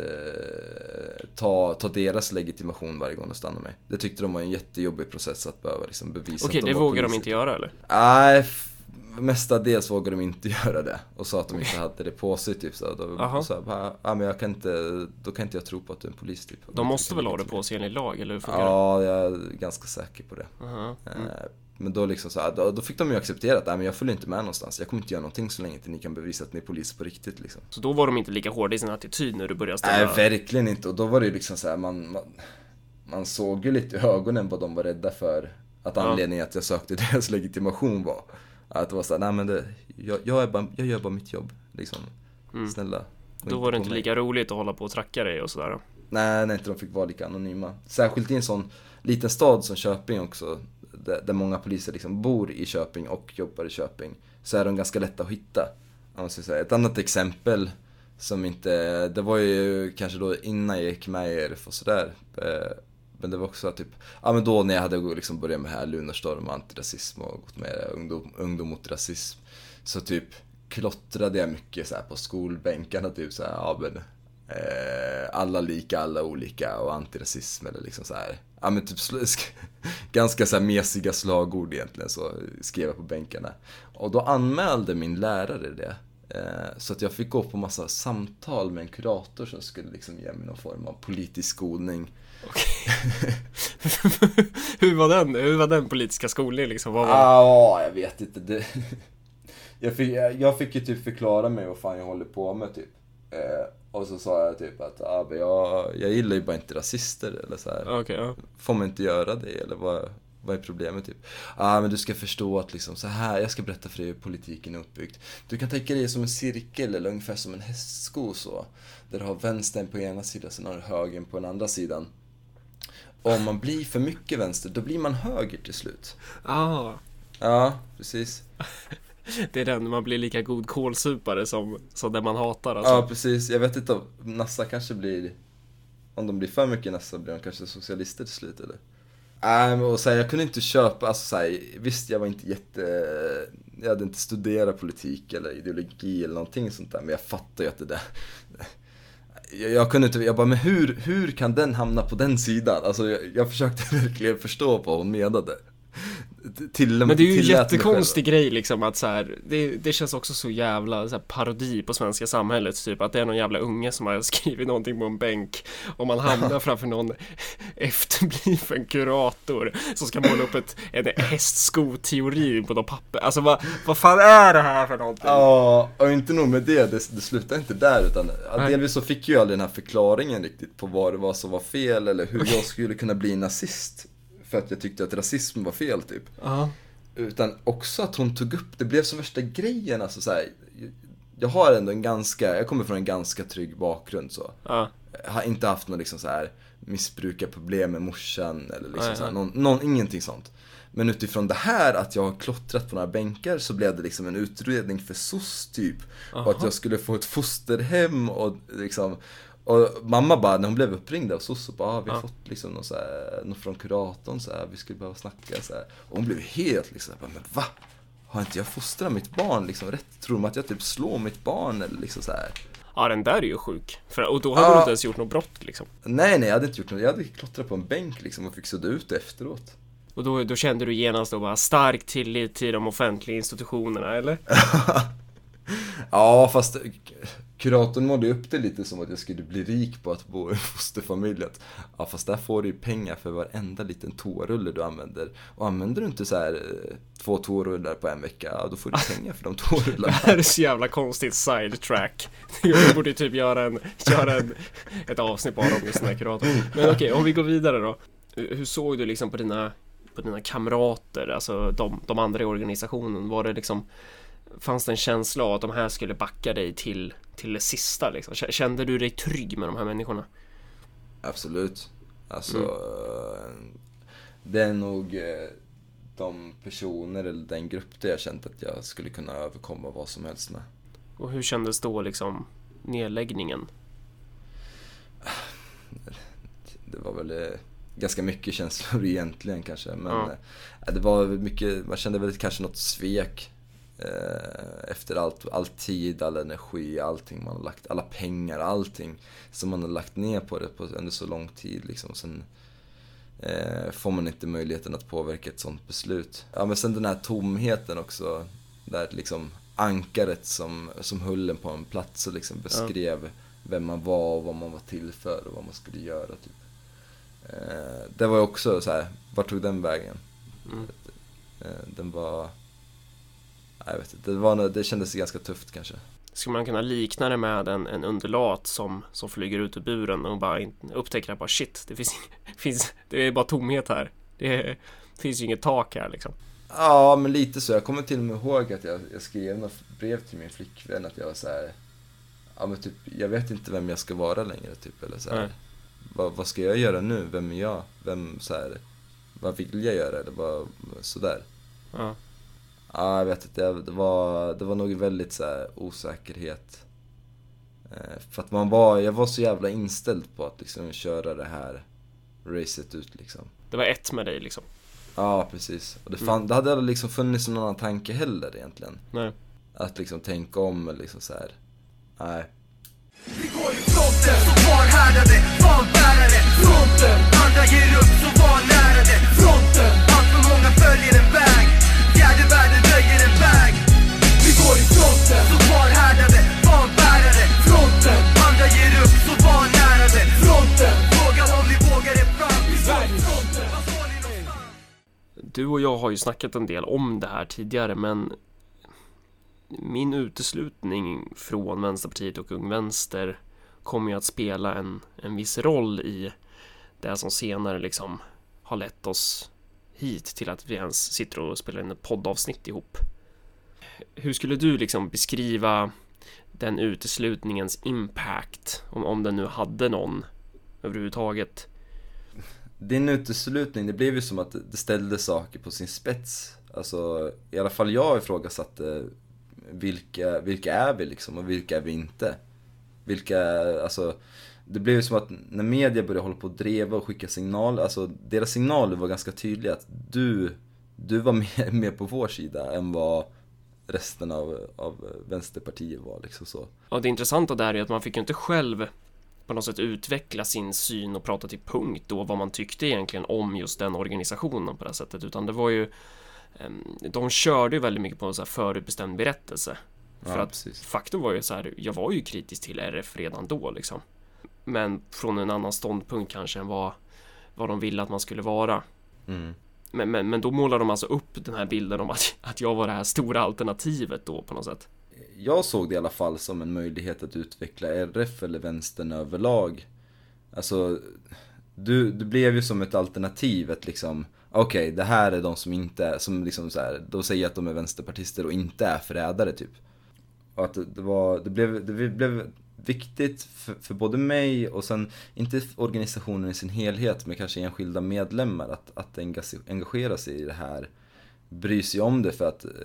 ta deras legitimation varje gång de stannar mig. Det tyckte de var en jättejobbig process att behöva liksom bevisa. Okej, att de det var vågar de poliser. inte göra eller? Nej, mestadels vågar de inte göra det. Och sa att de inte hade det på sig typ så. Då sa men jag kan inte, då kan inte jag tro på att du är en polis typ. De måste väl ha det på sig enligt lag, eller hur funkar det? Ja, jag är ganska säker på det. Men då liksom så här, då fick de ju acceptera att men jag följer inte med någonstans. Jag kommer inte göra någonting så länge inte ni kan bevisa att ni är polis på riktigt liksom. Så då var de inte lika hårda i sin attityd när du började ställa... Nej, verkligen inte. Och då var det ju liksom så här, man såg ju lite i ögonen vad de var rädda för. Att anledningen att jag sökte deras legitimation var att det var så här, nej men jag gör bara mitt jobb liksom. Snälla. Då var det inte lika roligt att hålla på och tracka dig och sådär. Nej, inte de fick vara lika anonyma. Särskilt i en sån liten stad som Köping också, där många poliser liksom bor i Köping och jobbar i Köping, så är de ganska lätta att hitta. Ett annat exempel som inte, det var ju kanske då innan jag gick med i RF och sådär, men det var också typ, men då när jag hade liksom börjat med här Lunarstorm och antirasism och gått med ungdom mot rasism, så typ klottrade jag mycket så här på skolbänkarna typ så här, alla lika, alla olika och antirasism eller liksom så här. Ja men typ ganska så här mesiga slagord egentligen, så skrev jag på bänkarna. Och då anmälde min lärare det. Så att jag fick gå på massa samtal med en kurator som skulle liksom ge mig någon form av politisk skolning. Okay. Hur var den politiska skolningen liksom? Jag vet inte. Jag fick ju typ förklara mig vad fan jag håller på med typ. Och så sa jag typ att jag gillar ju bara inte rasister eller så här. Okay. Får man inte göra det eller vad är problemet typ? Men du ska förstå att liksom så här, jag ska berätta för dig hur politiken är uppbyggd. Du kan tänka dig som en cirkel eller ungefär som en hästsko så. Där du har vänstern på ena sidan, sen har du högern på den andra sidan. Om man blir för mycket vänster, då blir man höger till slut. Ja, precis. Det är den, man blir lika god kolsupare som den man hatar alltså. Ja, precis. Jag vet inte om Nassa kanske blir, om de blir för mycket Nassa blir de kanske socialister till slut eller? Och så här, jag kunde inte köpa, alltså så här, visst jag var inte jag hade inte studerat politik eller ideologi eller någonting sånt där, men jag fattar ju att det där jag kunde inte, jag bara, men hur kan den hamna på den sidan? Alltså jag försökte verkligen förstå vad hon menade. Men det är ju en jättekonstig grej liksom, att så här, det känns också så jävla så här, parodi på svenska samhället typ, att det är någon jävla unge som har skrivit någonting på en bänk och man hamnar framför någon efterbliven kurator som ska måla upp en hästskoteori på något papper. Alltså vad fan är det här för någonting? Ja, och inte nog med det slutar inte där, utan delvis så fick ju aldrig den här förklaringen riktigt på vad det var som var fel eller hur jag skulle kunna bli nazist. För att jag tyckte att rasism var fel typ. Utan också att hon tog upp, det blev så värsta grejen alltså så här, jag har ändå jag kommer från en ganska trygg bakgrund så. Jag har inte haft någon liksom så här missbrukarproblem med morsan eller liksom så här, ingenting sånt. Men utifrån det här att jag har klottrat på några bänkar så blev det liksom en utredning för SOS typ. Och att jag skulle få ett fosterhem och liksom. Och mamma bara, när hon blev uppringd av SOS, bara, vi har fått liksom något från kuratorn så här, vi skulle behöva snacka så här. Och hon blev helt liksom, bara, men va? Har inte jag fostrat mitt barn liksom rätt? Tror de att jag typ slår mitt barn eller liksom så här? Ja, den där är ju sjuk. Och då hade du inte ens gjort något brott liksom. Nej, jag hade inte gjort något. Jag hade klottrat på en bänk liksom och fick sudda ut efteråt. Och då kände du genast då bara stark tillit till de offentliga institutionerna, eller? Ja, fast kuratorn mådde upp det lite som att jag skulle bli rik på att bo i fosterfamiljen. Ja, fast där får du ju pengar för varenda liten toarulle du använder. Och använder du inte så här 2 toarullar på en vecka, ja, då får du pengar för de toarullarna. Det här är så jävla konstigt sidetrack. Jag borde typ göra ett avsnitt bara om just den här kuratorn. Men okej, om vi går vidare då. Hur såg du liksom på dina kamrater, alltså de andra i organisationen? Var det liksom, fanns det en känsla av att de här skulle backa dig till det sista liksom? Kände du dig trygg med de här människorna? Absolut. Alltså det är nog de personer eller den grupp där jag känt att jag skulle kunna överkomma vad som helst med. Och hur kändes då liksom nedläggningen? Det var väl ganska mycket känslor egentligen kanske. Men det var mycket, man kände väl kanske något svek efter all tid, all energi, allting man har lagt, alla pengar, allting som man har lagt ner på det på under så lång tid liksom. Sen får man inte möjligheten att påverka ett sånt beslut. Ja, men sen den här tomheten också, där liksom ankaret som höll en på en plats och liksom beskrev vem man var och vad man var till för och vad man skulle göra typ. Det var också så här, vart tog den vägen? Den var, jag vet inte, det kändes ganska tufft kanske. Skulle man kunna likna det med en undulat som flyger ut ur buren och bara upptäcker att bara shit, det är bara tomhet här. Det finns ju inget tak här liksom. Ja, men lite så. Jag kommer till och med ihåg att jag skrev något brev till min flickvän att jag var så här, ja men typ, jag vet inte vem jag ska vara längre typ, eller så här. Vad ska jag göra nu? Vem är jag? Så här, vad vill jag göra? Eller vad sådär. Ja, jag vet inte. Det var nog väldigt så här osäkerhet. För att jag var så jävla inställd på att liksom köra det här racet ut liksom. Det var ett med dig liksom. Ja, precis. Och det hade liksom funnits någon annan tanke heller egentligen. Nej. Att liksom tänka om liksom så här. Nej. Vi går i fronten, så var härdade, fanbärare, fronten. Andra ger upp, så var närade, fronten. Allt för många följer en väg, fjärde världen röjer en väg. Vi går i fronten, så var härdade, fanbärare, fronten. Andra ger upp, så var närade, fronten. Fråga om vi vågar er fram, vi går i fronten. Vad står ni någonstans? Du och jag har ju snackat en del om det här tidigare, men min uteslutning från Vänsterpartiet och Ung Vänster kommer ju att spela en viss roll i det som senare liksom har lett oss hit till att vi ens sitter och spelar in ett poddavsnitt ihop. Hur skulle du liksom beskriva den uteslutningens impact, om den nu hade någon överhuvudtaget? Din uteslutning, det blev ju som att det ställde saker på sin spets. Alltså, i alla fall jag ifrågasatte vilka är vi liksom och vilka är vi inte. Alltså, det blev ju som att när media började hålla på att dreva och skicka signaler, alltså deras signaler var ganska tydliga att du var mer på vår sida än vad resten av Vänsterpartiet var liksom så. Och det intressanta där är att man fick ju inte själv på något sätt utveckla sin syn och prata till punkt då vad man tyckte egentligen om just den organisationen på det sättet, utan det var ju de körde ju väldigt mycket på en så här förutbestämd berättelse. För att precis. Faktum var ju så här, jag var ju kritisk till RF redan då liksom. Men från en annan ståndpunkt kanske än vad de ville att man skulle vara. Men då målade de alltså upp den här bilden om att jag var det här stora alternativet då på något sätt. Jag såg det i alla fall som en möjlighet att utveckla RF eller vänstern överlag. Alltså, du blev ju som ett alternativ, ett liksom, okej, det här är de som inte är, som liksom så här, då säger att de är vänsterpartister och inte är förrädare typ. Och att det blev viktigt för både mig och sen, inte organisationen i sin helhet, men kanske enskilda medlemmar att engagera sig i det här, bry sig om det, för att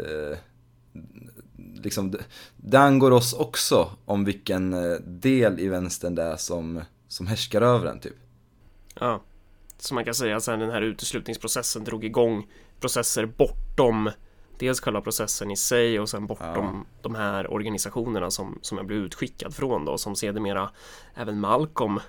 liksom det angår oss också om vilken del i vänstern det är som härskar över en typ. Ja, så man kan säga att sen den här uteslutningsprocessen drog igång processer bortom dels själva processen i sig och sen bortom de här organisationerna som jag blev utskickad från då, som sedermera även Malcolm.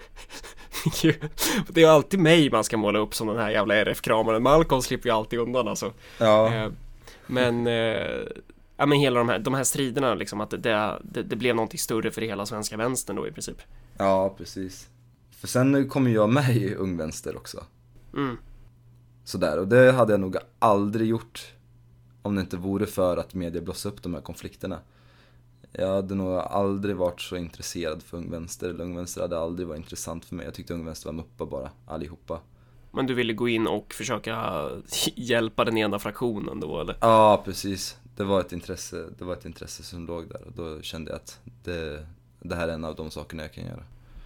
Det är alltid mig man ska måla upp som den här jävla RF-kramaren. Malcolm slipper ju alltid undan alltså. Ja. Men hela de här striderna liksom, att det blev någonting större för hela svenska vänstern då i princip. Ja, precis. För sen kommer jag med i Ung Vänster också. Sådär, och det hade jag nog aldrig gjort om det inte vore för att media blossade upp de här konflikterna. Jag hade nog aldrig varit så intresserad för Ung Vänster, eller Ung Vänster hade aldrig varit intressant för mig. Jag tyckte Ung Vänster var muppa bara, allihopa. Men du ville gå in och försöka hjälpa den ena fraktionen då, eller? Ja, precis. Det var ett intresse som låg där, och då kände jag att det här är en av de sakerna jag kan göra.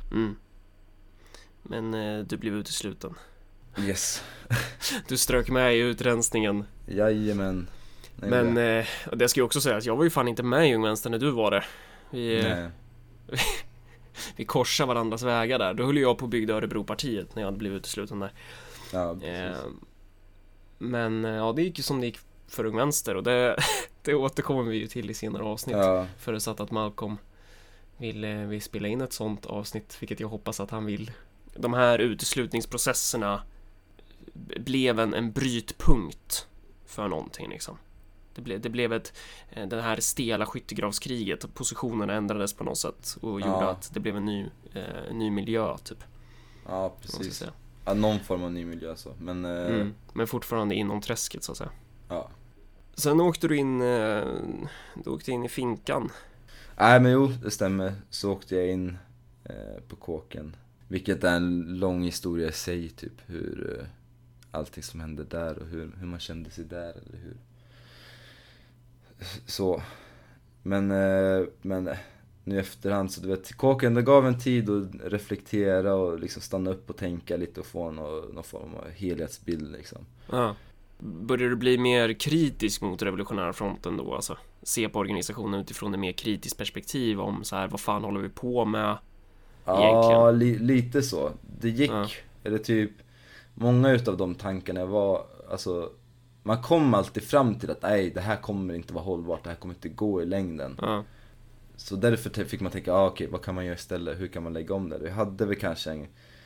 Men du blev utesluten. Yes. Du strök med i utrensningen. Jajamän. Men det ska ju också säga att jag var ju fan inte med i Ung Vänster när du var det. vi korsar varandras vägar där. Då höll jag på att bygga Örebropartiet när jag hade blivit utesluten där. Ja, precis. Men ja, det gick ju som det gick för Ung Vänster, och det återkommer vi ju till i senare avsnitt. Ja. Förutsatt att Malcolm vill spela in ett sånt avsnitt, vilket jag hoppas att han vill. De här uteslutningsprocesserna blev en brytpunkt för någonting liksom. Det blev det här stela skyttegravskriget, positionerna ändrades på något sätt och gjorde att det blev en ny miljö typ. Ja, precis. Ja, någon form av ny miljö så. Men fortfarande inom träsket så att säga. Ja. Sen åkte du in i finkan. Nej, men jo, det stämmer. Så åkte jag in på kåken. Vilket är en lång historia i sig, typ. Hur allting som hände där och hur man kände sig där, eller hur. Så. Men nu i efterhand, så du vet, kåken, det gav en tid att reflektera och liksom stanna upp och tänka lite och få någon form av helhetsbild liksom. Ja. Började du bli mer kritisk mot revolutionära fronten då, alltså? Se på organisationen utifrån ett mer kritiskt perspektiv om så här, vad fan håller vi på med egentligen? Ja, lite så. Det gick, eller typ många utav de tankarna var, alltså, man kom alltid fram till att nej, det här kommer inte vara hållbart, det här kommer inte gå i längden. Ja. Så därför fick man tänka, okej, vad kan man göra istället? Hur kan man lägga om det? Vi hade väl kanske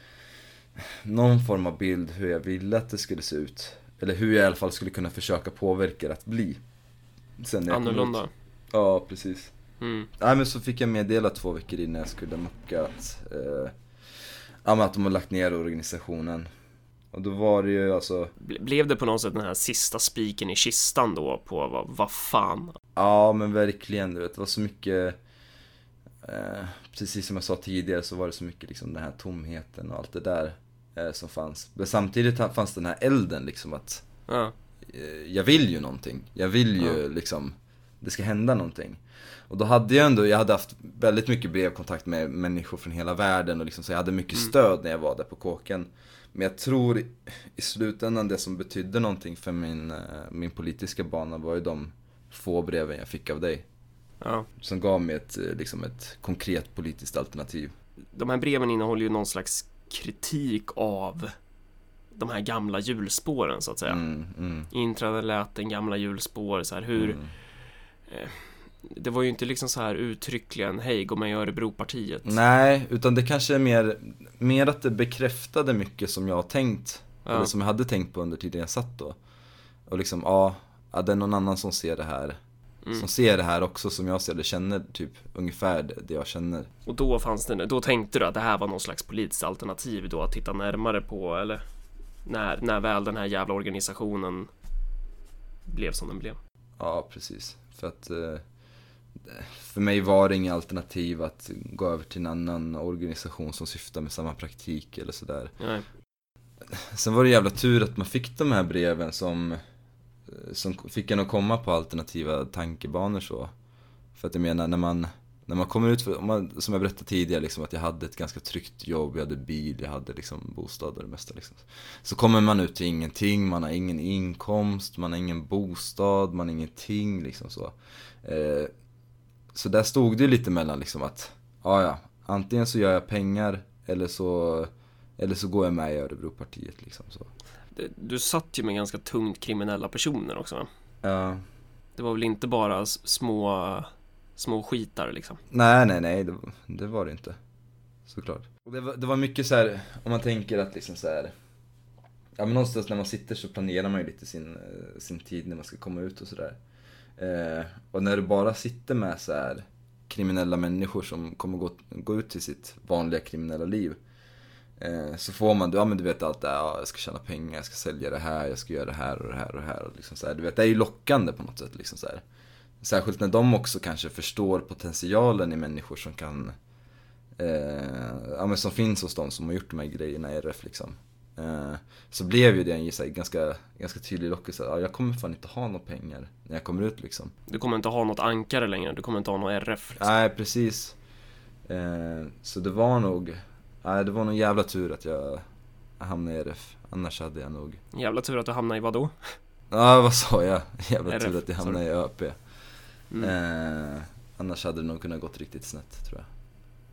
någon form av bild hur jag ville att det skulle se ut. Eller hur jag i alla fall skulle kunna försöka påverka det att bli. Sen annorlunda. Ja, precis. Mm. Nej, men så fick jag meddela 2 veckor innan jag skulle mucka att de har lagt ner organisationen. Och då var det ju alltså... Blev det på något sätt den här sista spiken i kistan då på vad fan? Ja, men verkligen, du vet, det var så mycket... precis som jag sa tidigare så var det så mycket liksom den här tomheten och allt det där som fanns. Men samtidigt fanns den här elden liksom att... Ja. Jag vill ju någonting. Jag vill ju liksom... Det ska hända någonting. Och då hade jag hade haft väldigt mycket brevkontakt med människor från hela världen och liksom, så jag hade mycket stöd när jag var där på kåken. Men jag tror i slutändan det som betydde någonting för min politiska bana var ju de få breven jag fick av dig. Ja. Som gav mig ett konkret politiskt alternativ. De här breven innehåller ju någon slags kritik av de här gamla hjulspåren så att säga. Inträde lät den gamla hjulspår så här, hur det var ju inte liksom så här uttryckligen hej, gå med i Örebropartiet. Nej, utan det kanske är mer att det bekräftade mycket som jag har tänkt eller som jag hade tänkt på under tiden jag satt då. Och liksom, det är någon annan som ser det här. Som ser det här också som jag ser det, känner typ ungefär det jag känner. Och då tänkte du att det här var någon slags politiskt alternativ då att titta närmare på, eller när väl den här jävla organisationen blev som den blev. Ja, precis. För att för mig var det inget alternativ att gå över till en annan organisation som syftar med samma praktik eller sådär. Nej. Sen var det jävla tur att man fick de här breven som fick en att komma på alternativa tankebanor så. För att jag menar, när man kommer ut, som jag berättade tidigare liksom, att jag hade ett ganska tryggt jobb, jag hade bil, jag hade liksom bostad och det mesta liksom. Så kommer man ut till ingenting, man har ingen inkomst, man har ingen bostad, man har ingenting liksom så. Så där stod det ju lite mellan liksom att antingen så gör jag pengar eller så går jag med i Örebropartiet liksom så. Du satt ju med ganska tungt kriminella personer också. Ja. Det var väl inte bara små skitar liksom. Nej, det var det inte. Såklart. Och det var mycket så här, om man tänker att liksom så här, ja, men någonstans när man sitter så planerar man ju lite sin tid när man ska komma ut och sådär. Och när du bara sitter med så här kriminella människor som kommer gå ut till sitt vanliga kriminella liv, så får man, men du vet allt det här, jag ska tjäna pengar, jag ska sälja det här, jag ska göra det här och det här och det här och liksom så här, du vet, det är ju lockande på något sätt liksom så här. Särskilt när de också kanske förstår potentialen i människor som kan men som finns hos dem som har gjort de här grejerna i RF liksom. Så blev ju det en ganska tydlig lockelse. Jag kommer fan inte ha några pengar när jag kommer ut liksom. Du kommer inte ha något ankare längre, du kommer inte ha något RF liksom. Nej, precis. Så det var nog jävla tur att jag hamnade i RF. Annars hade jag nog... Jävla tur att du hamnade i vad då? Ja, vad sa jag? Jävla RF, tur att jag hamnade i ÖP. Mm. Annars hade det nog kunnat gått riktigt snett, tror jag.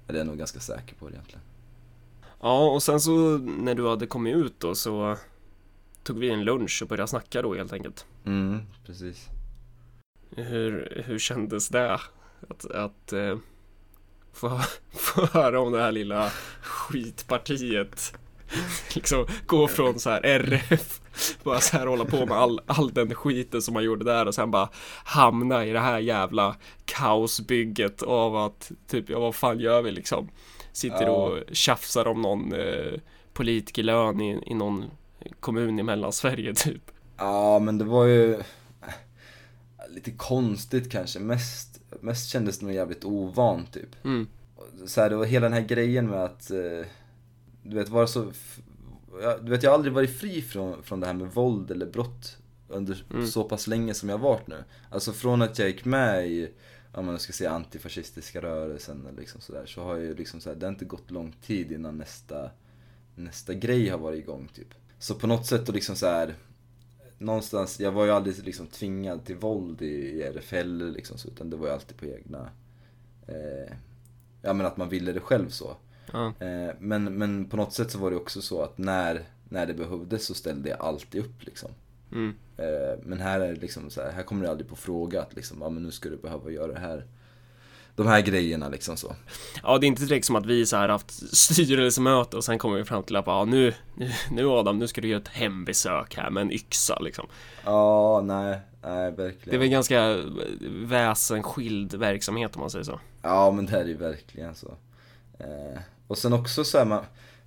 Eller jag är nog ganska säker på det egentligen. Ja, och sen så när du hade kommit ut då så tog vi en lunch och började snacka då helt enkelt. Precis. Hur kändes det att få höra om det här lilla skitpartiet? Liksom gå från så här RF, bara så här hålla på med all den skiten som man gjorde där och sen bara hamna i det här jävla kaosbygget av att typ, ja vad fan gör vi liksom? Sitter och tjafsar om någon politikerlön i någon kommun i Mellansverige typ. Ja, men det var ju lite konstigt kanske. Mest kändes det nog jävligt ovant typ. Så här, det var hela den här grejen med att du vet, var så du vet, jag har aldrig varit fri från det här med våld eller brott under så pass länge som jag har varit nu. Alltså från att jag gick med i, om man ska säga, antifascistiska rörelsen eller liksom sådär, så har jag liksom så här, det har inte gått lång tid innan nästa grej har varit igång typ. Så på något sätt och liksom så här, någonstans, jag var ju aldrig liksom tvingad till våld i RFL liksom så, utan det var ju alltid på egna ja, men att man ville det själv så. Men på något sätt så var det också så att när det behövdes så ställde jag alltid upp liksom. Men här är det liksom så här kommer det aldrig på fråga att liksom, ja men nu ska du behöva göra det här, de här grejerna liksom så. Ja, det är inte direkt som att vi så här haft styrelsemöte och sen kommer vi fram till att ja, nu Adam, nu ska du göra ett hembesök här med en yxa liksom. Ja, nej verkligen. Det är väl ganska väsensskild verksamhet om man säger så. Ja, men det är ju verkligen så. Och sen också så här,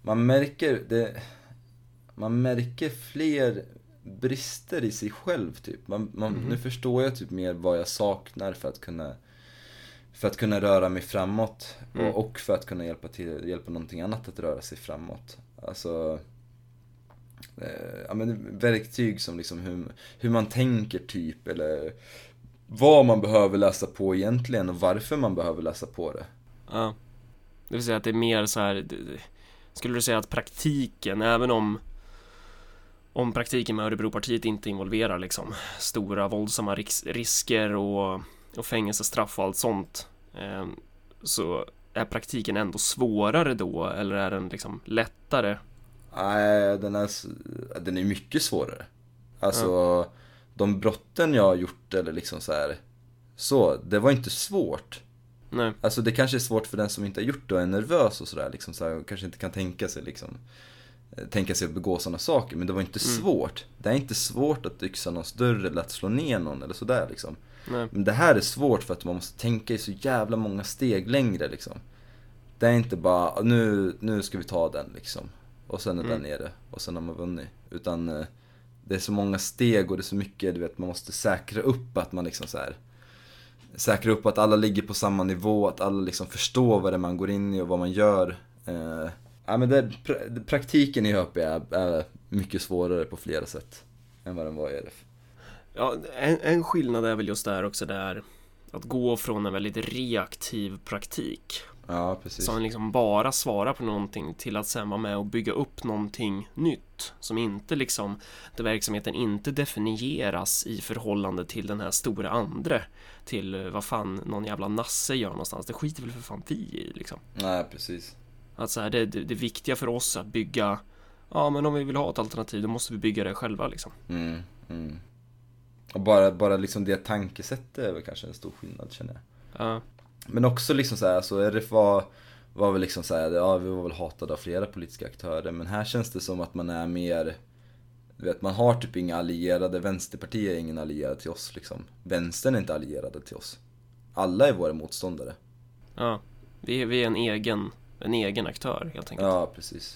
man märker fler brister i sig själv typ. Nu förstår jag typ mer vad jag saknar för att kunna röra mig framåt och för att kunna hjälpa någonting annat att röra sig framåt. Alltså ja, men verktyg som liksom hur man tänker typ, eller vad man behöver läsa på egentligen och varför man behöver läsa på det. Ja. Det vill säga att det är mer så här, skulle du säga att praktiken, även om praktiken med Örebropartiet inte involverar liksom stora våldsamma risker och fängelsestraff och allt sånt, så är praktiken ändå svårare då, eller är den liksom lättare? Nej, den är mycket svårare. Alltså de brotten jag har gjort eller liksom så det var inte svårt. Nej. Alltså det kanske är svårt för den som inte har gjort det och är nervös och sådär liksom, så här, och kanske inte kan tänka sig att begå sådana saker, men det var inte svårt. Det är inte svårt att yxa någons dörr eller att slå ner någon eller sådär liksom. Nej. Men det här är svårt för att man måste tänka i så jävla många steg längre liksom. Det är inte bara nu ska vi ta den liksom, och sen är den nere och sen har man vunnit, utan det är så många steg och det är så mycket, du vet, man måste säkra upp att man liksom så här, säkra upp att alla ligger på samma nivå, att alla liksom förstår vad det är man går in i och vad man gör. Ja, men praktiken i ÖP är mycket svårare på flera sätt än vad den var i RF. Ja, en skillnad är väl just där också, där att gå från en väldigt reaktiv praktik, ja, precis, som liksom bara svarar på någonting, till att sen vara med och bygga upp någonting nytt som inte liksom, där verksamheten inte definieras i förhållande till den här stora andra, till vad fan någon jävla nasse gör någonstans. Det skiter väl för fan vi i liksom. Nej, precis. Att så här, det viktiga för oss att bygga, ja men om vi vill ha ett alternativ, då måste vi bygga det själva liksom. Och bara liksom det tankesättet är väl kanske en stor skillnad, känner jag. Ja. Men också liksom så här, så RF var väl liksom så här, ja, vi var väl hatade av flera politiska aktörer, men här känns det som att man är mer, du vet, man har typ inga allierade. Vänsterpartiet är ingen allierad till oss liksom. Vänstern är inte allierade till oss. Alla är våra motståndare. Ja, vi är en egen aktör helt enkelt. Ja, precis.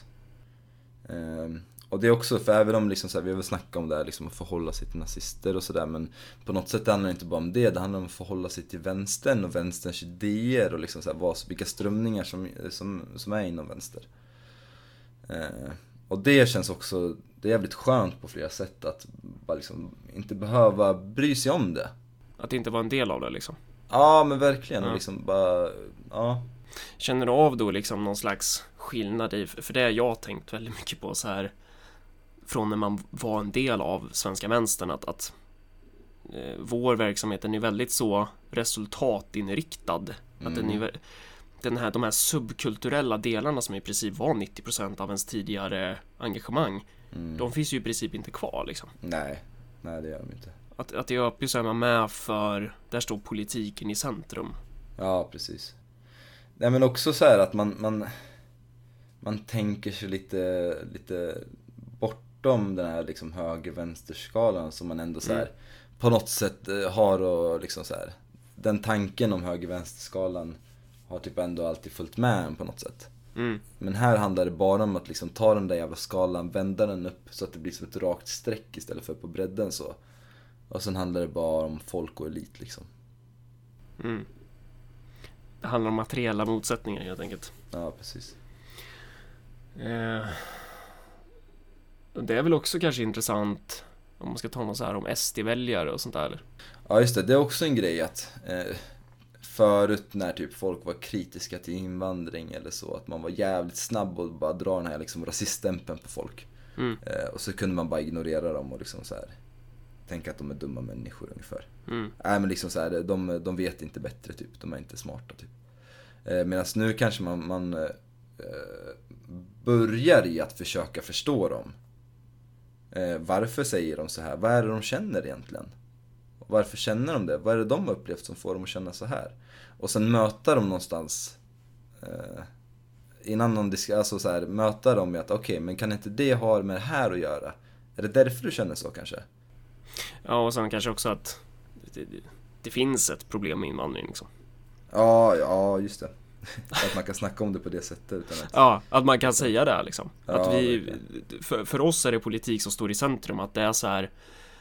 Och det är också, för även om liksom så här, vi har väl snackat om det här, liksom att förhålla sig till nazister och sådär, men på något sätt handlar det inte bara om det handlar om att förhålla sig till vänstern och vänsterns idéer och liksom så här, vilka strömningar som är inom vänster. Och det känns också, det är jävligt skönt på flera sätt att bara liksom inte behöva bry sig om det. Att inte vara en del av det liksom. Ja, men verkligen. Ja. Liksom bara, ja. Känner du av då liksom någon slags skillnad i, för det har jag tänkt väldigt mycket på så här, från när man var en del av svenska vänstern, att vår verksamhet är väldigt så resultatinriktad. Att de här subkulturella delarna som i princip var 90% av ens tidigare engagemang, de finns ju i princip inte kvar liksom. Nej, det gör de inte. Att i ÖP så är man med för, där står politiken i centrum. Ja, precis. Nej, men också så här att man tänker sig lite bortom den här liksom höger-vänster-skalan som man ändå så här på något sätt har, och liksom så här, den tanken om höger-vänster-skalan har typ ändå alltid följt med en på något sätt. Men här handlar det bara om att liksom ta den där jävla skalan, vända den upp så att det blir som ett rakt streck istället för på bredden så. Och sen handlar det bara om folk och elit liksom. Det handlar om materiella motsättningar helt enkelt. Ja, precis. Det är väl också kanske intressant om man ska ta något så här om SD-väljare och sånt där, eller? Ja, just det. Det är också en grej att förut när typ folk var kritiska till invandring eller så, att man var jävligt snabb och bara dra den här liksom rasiststämpeln på folk. Och så kunde man bara ignorera dem och liksom så här tänka att de är dumma människor ungefär. Nej, men liksom så här, de vet inte bättre typ, de är inte smarta typ. Medan nu kanske man börjar i att försöka förstå dem. Varför säger de så här? Vad är det de känner egentligen? Varför känner de det? Vad är det de har upplevt som får dem att känna så här? Och sen möta dem någonstans innan någon alltså så här, möta dem med att okej, men kan inte det ha med det här att göra? Är det därför du känner så kanske? Ja, och sen kanske också att det finns ett problem med invandring liksom. Ja, just det. Att man kan snacka om det på det sättet utan att... Ja, att man kan säga det liksom. Ja, att för oss är det politik som står i centrum. Att det är så här,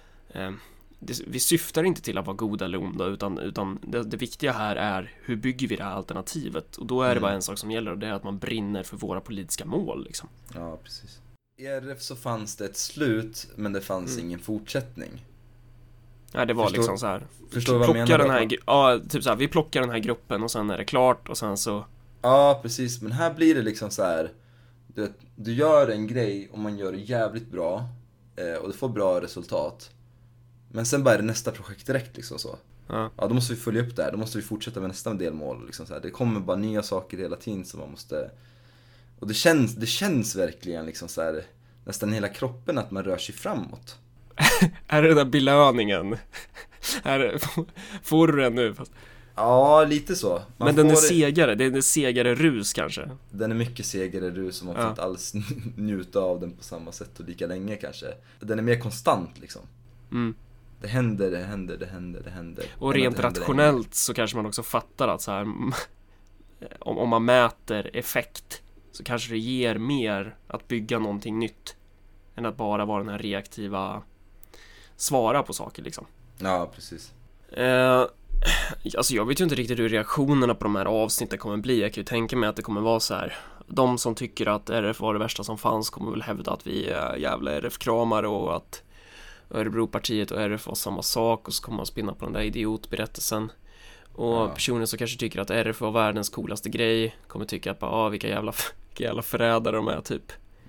vi syftar inte till att vara goda eller onda, utan det viktiga här är hur bygger vi det här alternativet. Och då är det bara en sak som gäller, och det är att man brinner för våra politiska mål liksom. Ja, precis. I RF så fanns det ett slut, men det fanns ingen fortsättning. Nej, det var liksom så här. Förstår vad jag menar? Den här, ja, typ så här, vi plockar den här gruppen och sen är det klart och sen så... Ja, precis. Men här blir det liksom så här. Du gör en grej och man gör det jävligt bra och du får bra resultat. Men sen bara är det nästa projekt direkt liksom så. Ja, då måste vi följa upp det här. Då måste vi fortsätta med nästa delmål liksom så här. Det kommer bara nya saker hela tiden som man måste... Och det känns verkligen liksom så här, nästan hela kroppen att man rör sig framåt. Är det den där belöningen? Får du den nu? Fast... Ja, lite så. Men den är segare, det är en segare rus kanske. Den är mycket segare rus och man får inte alls njuta av den på samma sätt och lika länge kanske. Den är mer konstant liksom. Det händer. Och rent rationellt så kanske man också fattar att så här, om man mäter effekt så kanske det ger mer att bygga någonting nytt än att bara vara den här reaktiva svara på saker liksom. Ja, precis. Alltså jag vet ju inte riktigt hur reaktionerna på de här avsnitten kommer bli. Jag kan ju tänka mig att det kommer vara så här. De som tycker att RF var det värsta som fanns kommer väl hävda att vi är jävla RF-kramare och att Örebropartiet och RF var samma sak, och så kommer man spinna på den där idiotberättelsen. Och personer som kanske tycker att RF var världens coolaste grej kommer tycka att vilka jävla förrädare de är typ.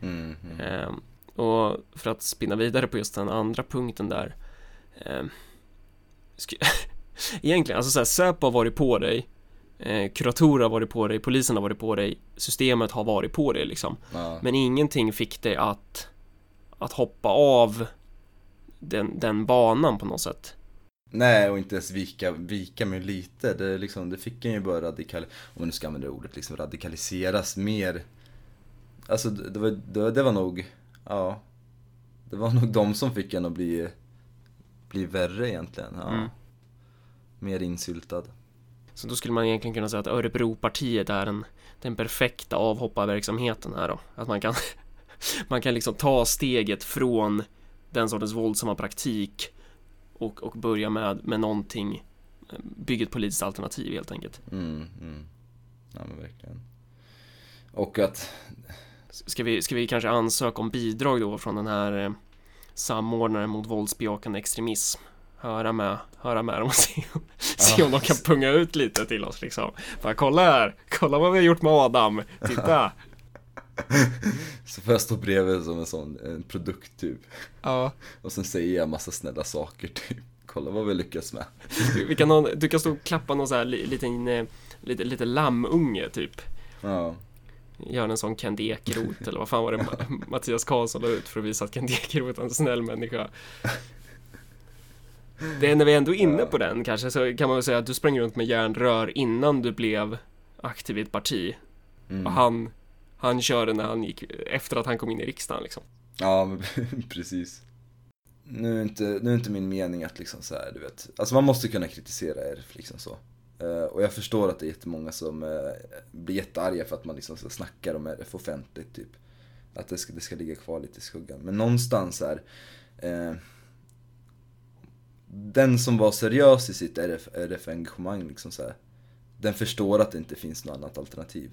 Och för att spinna vidare på just den andra punkten där, egentligen, alltså så här, Säpo har varit på dig, kuratorer har varit på dig, polisen har varit på dig, systemet har varit på dig liksom. Men ingenting fick dig att hoppa av den banan på något sätt. Nej, och inte ens vika mig lite. Det fick en ju bara om man nu ska använda ordet, liksom radikaliseras mer. Alltså det var nog, ja, det var nog de som fick en att bli värre egentligen. Ja. Mer insyltad. Så då skulle man egentligen kunna säga att Örebropartiet är den perfekta avhopparverksamheten här då. Att man kan liksom ta steget från den sortens våldsamma praktik och börja med någonting, bygga ett politiskt alternativ helt enkelt. Ja, men verkligen. Och att ska vi kanske ansöka om bidrag då från den här samordnaren mot våldsbejakande extremism. Höra med dem och se om de kan punga ut lite till oss liksom. Bara kolla här, kolla vad vi har gjort med Adam. Titta. Så får jag stå bredvid som en produkt typ. Ja. Och sen säger jag massa snälla saker typ. kolla vad vi lyckas med. Du kan stå och klappa någon så här lite lammunge typ. Ja. Gör en sån Kent Ekeroth eller vad fan var det Mattias Karlsson la ut för att visa att Kent Ekeroth är en snäll människa. Det är när vi ändå är inne på den kanske, så kan man väl säga att du sprang runt med järnrör innan du blev aktiv i ett parti. Och han körde när han gick efter att han kom in i riksdagen liksom. Ja, men precis. Nu är inte min mening att liksom så här, du vet. Alltså man måste kunna kritisera RF liksom så. Och jag förstår att det är jättemånga som blir jättearga för att man liksom så snackar om RF offentligt typ. Att det ska ligga kvar lite i skuggan. Men någonstans här den som var seriös i sitt RF-engagemang liksom så här, den förstår att det inte finns något annat alternativ.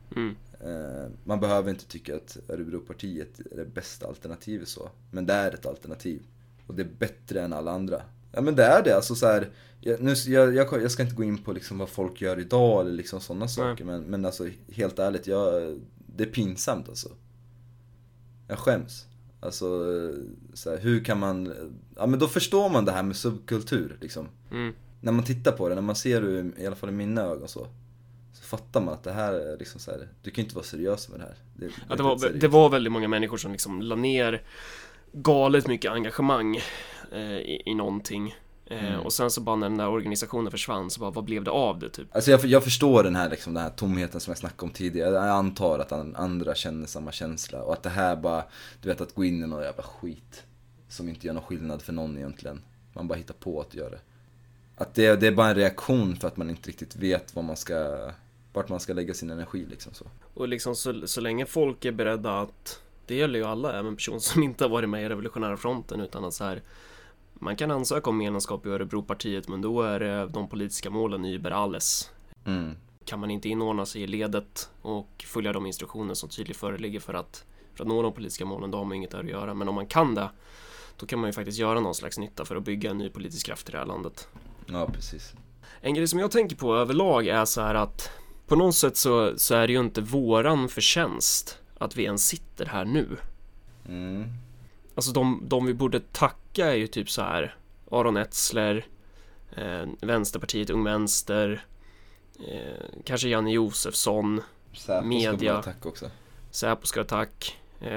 Man behöver inte tycka att Örebropartiet är det bästa alternativet så, men det är ett alternativ och det är bättre än alla andra. Ja, men det är det, alltså så här, jag ska inte gå in på liksom vad folk gör idag eller liksom sådana saker, men alltså helt ärligt, det är pinsamt alltså. Jag skäms. Alltså så här, hur kan man, ja men då förstår man det här med subkultur liksom. När man tittar på det, när man ser det i alla fall i mina ögon så fattar man att det här är liksom så här, du kan inte vara seriös med det här. Det var väldigt många människor som liksom la ner galet mycket engagemang i någonting. Och sen så bara när den där organisationen försvann så bara, vad blev det av det typ? Alltså jag förstår den här tomheten som jag snackade om tidigare. Jag antar att andra känner samma känsla. Och att det här bara, du vet, att gå in i någon jävla skit som inte gör någon skillnad för någon egentligen. Man bara hittar på att göra det. Att det är bara en reaktion för att man inte riktigt vet vart man ska lägga sin energi liksom så. Och liksom så länge folk är beredda att, det gäller ju alla, även personer som inte har varit med i Revolutionära fronten, utan att så här, man kan ansöka om medlemskap i Örebropartiet, men då är det de politiska målen über alles. Kan man inte inordna sig i ledet och följa de instruktioner som tydligt föreligger för att nå de politiska målen, då har man inget där att göra. Men om man kan det, då kan man ju faktiskt göra någon slags nytta för att bygga en ny politisk kraft i det här landet. Ja, precis. En grej som jag tänker på överlag är så här att på något sätt så är det ju inte våran förtjänst att vi ens sitter här nu. Alltså de vi borde tacka är ju typ så här Aron Etzler, Vänsterpartiet, Ung Vänster, kanske Janne Josefsson, Säpo media. Säpo ska tack.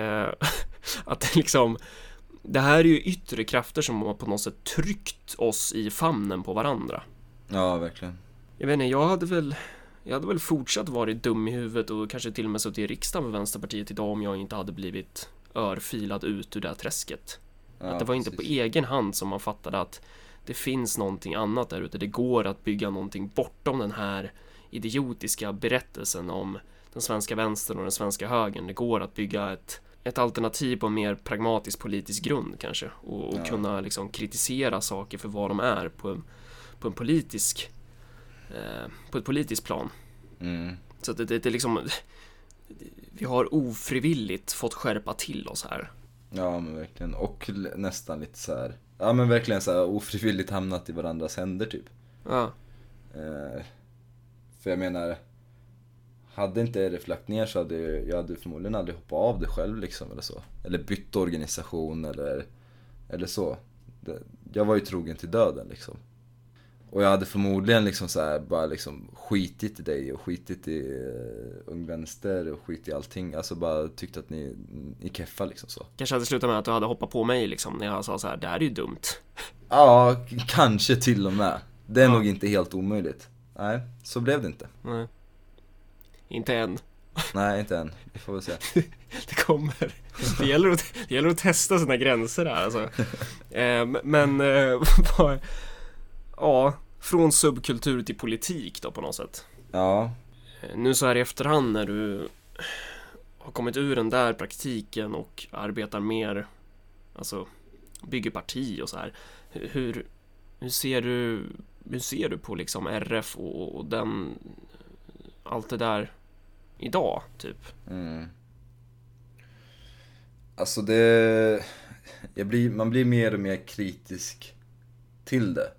Att det liksom, det här är ju yttre krafter som har på något sätt tryckt oss i famnen på varandra. Ja, verkligen. Jag vet inte, jag hade väl fortsatt varit dum i huvudet och kanske till och med suttit i riksdagen med Vänsterpartiet idag om jag inte hade blivit örfilad ut ur det här träsket. Ja, att det var inte på egen hand som man fattade att det finns någonting annat där ute. Det går att bygga någonting bortom den här idiotiska berättelsen om den svenska vänstern och den svenska högern. Det går att bygga ett alternativ på en mer pragmatisk politisk grund kanske. Och kunna liksom kritisera saker för vad de är på ett politiskt plan. Så det är liksom, vi har ofrivilligt fått skärpa till oss här. Ja, men verkligen. Och nästan lite så här, ja men verkligen så här ofrivilligt hamnat i varandras händer typ. Ja. För jag menar, hade inte RF lagt ner så hade jag förmodligen aldrig hoppat av det själv liksom, eller så. Eller bytt organisation eller så. Jag var ju trogen till döden liksom. Och jag hade förmodligen liksom så här bara liksom skitit i dig och skitit i Ung Vänster och skitit i allting. Alltså bara tyckt att ni keffa liksom så. Kanske hade slutat med att du hade hoppat på mig liksom när jag sa så här, det här är ju dumt. Ja, kanske till och med. Det är nog inte helt omöjligt. Nej, så blev det inte. Nej. Inte än. Nej, inte än. Vi får väl se. Det kommer. Det gäller att testa sina gränser där alltså. Ja, från subkultur till politik då på något sätt. Ja. Nu så här i efterhand när du har kommit ur den där praktiken och arbetar mer, alltså bygger parti och så här. Hur ser du på liksom RF och den, allt det där idag typ? Alltså man blir mer och mer kritisk till det.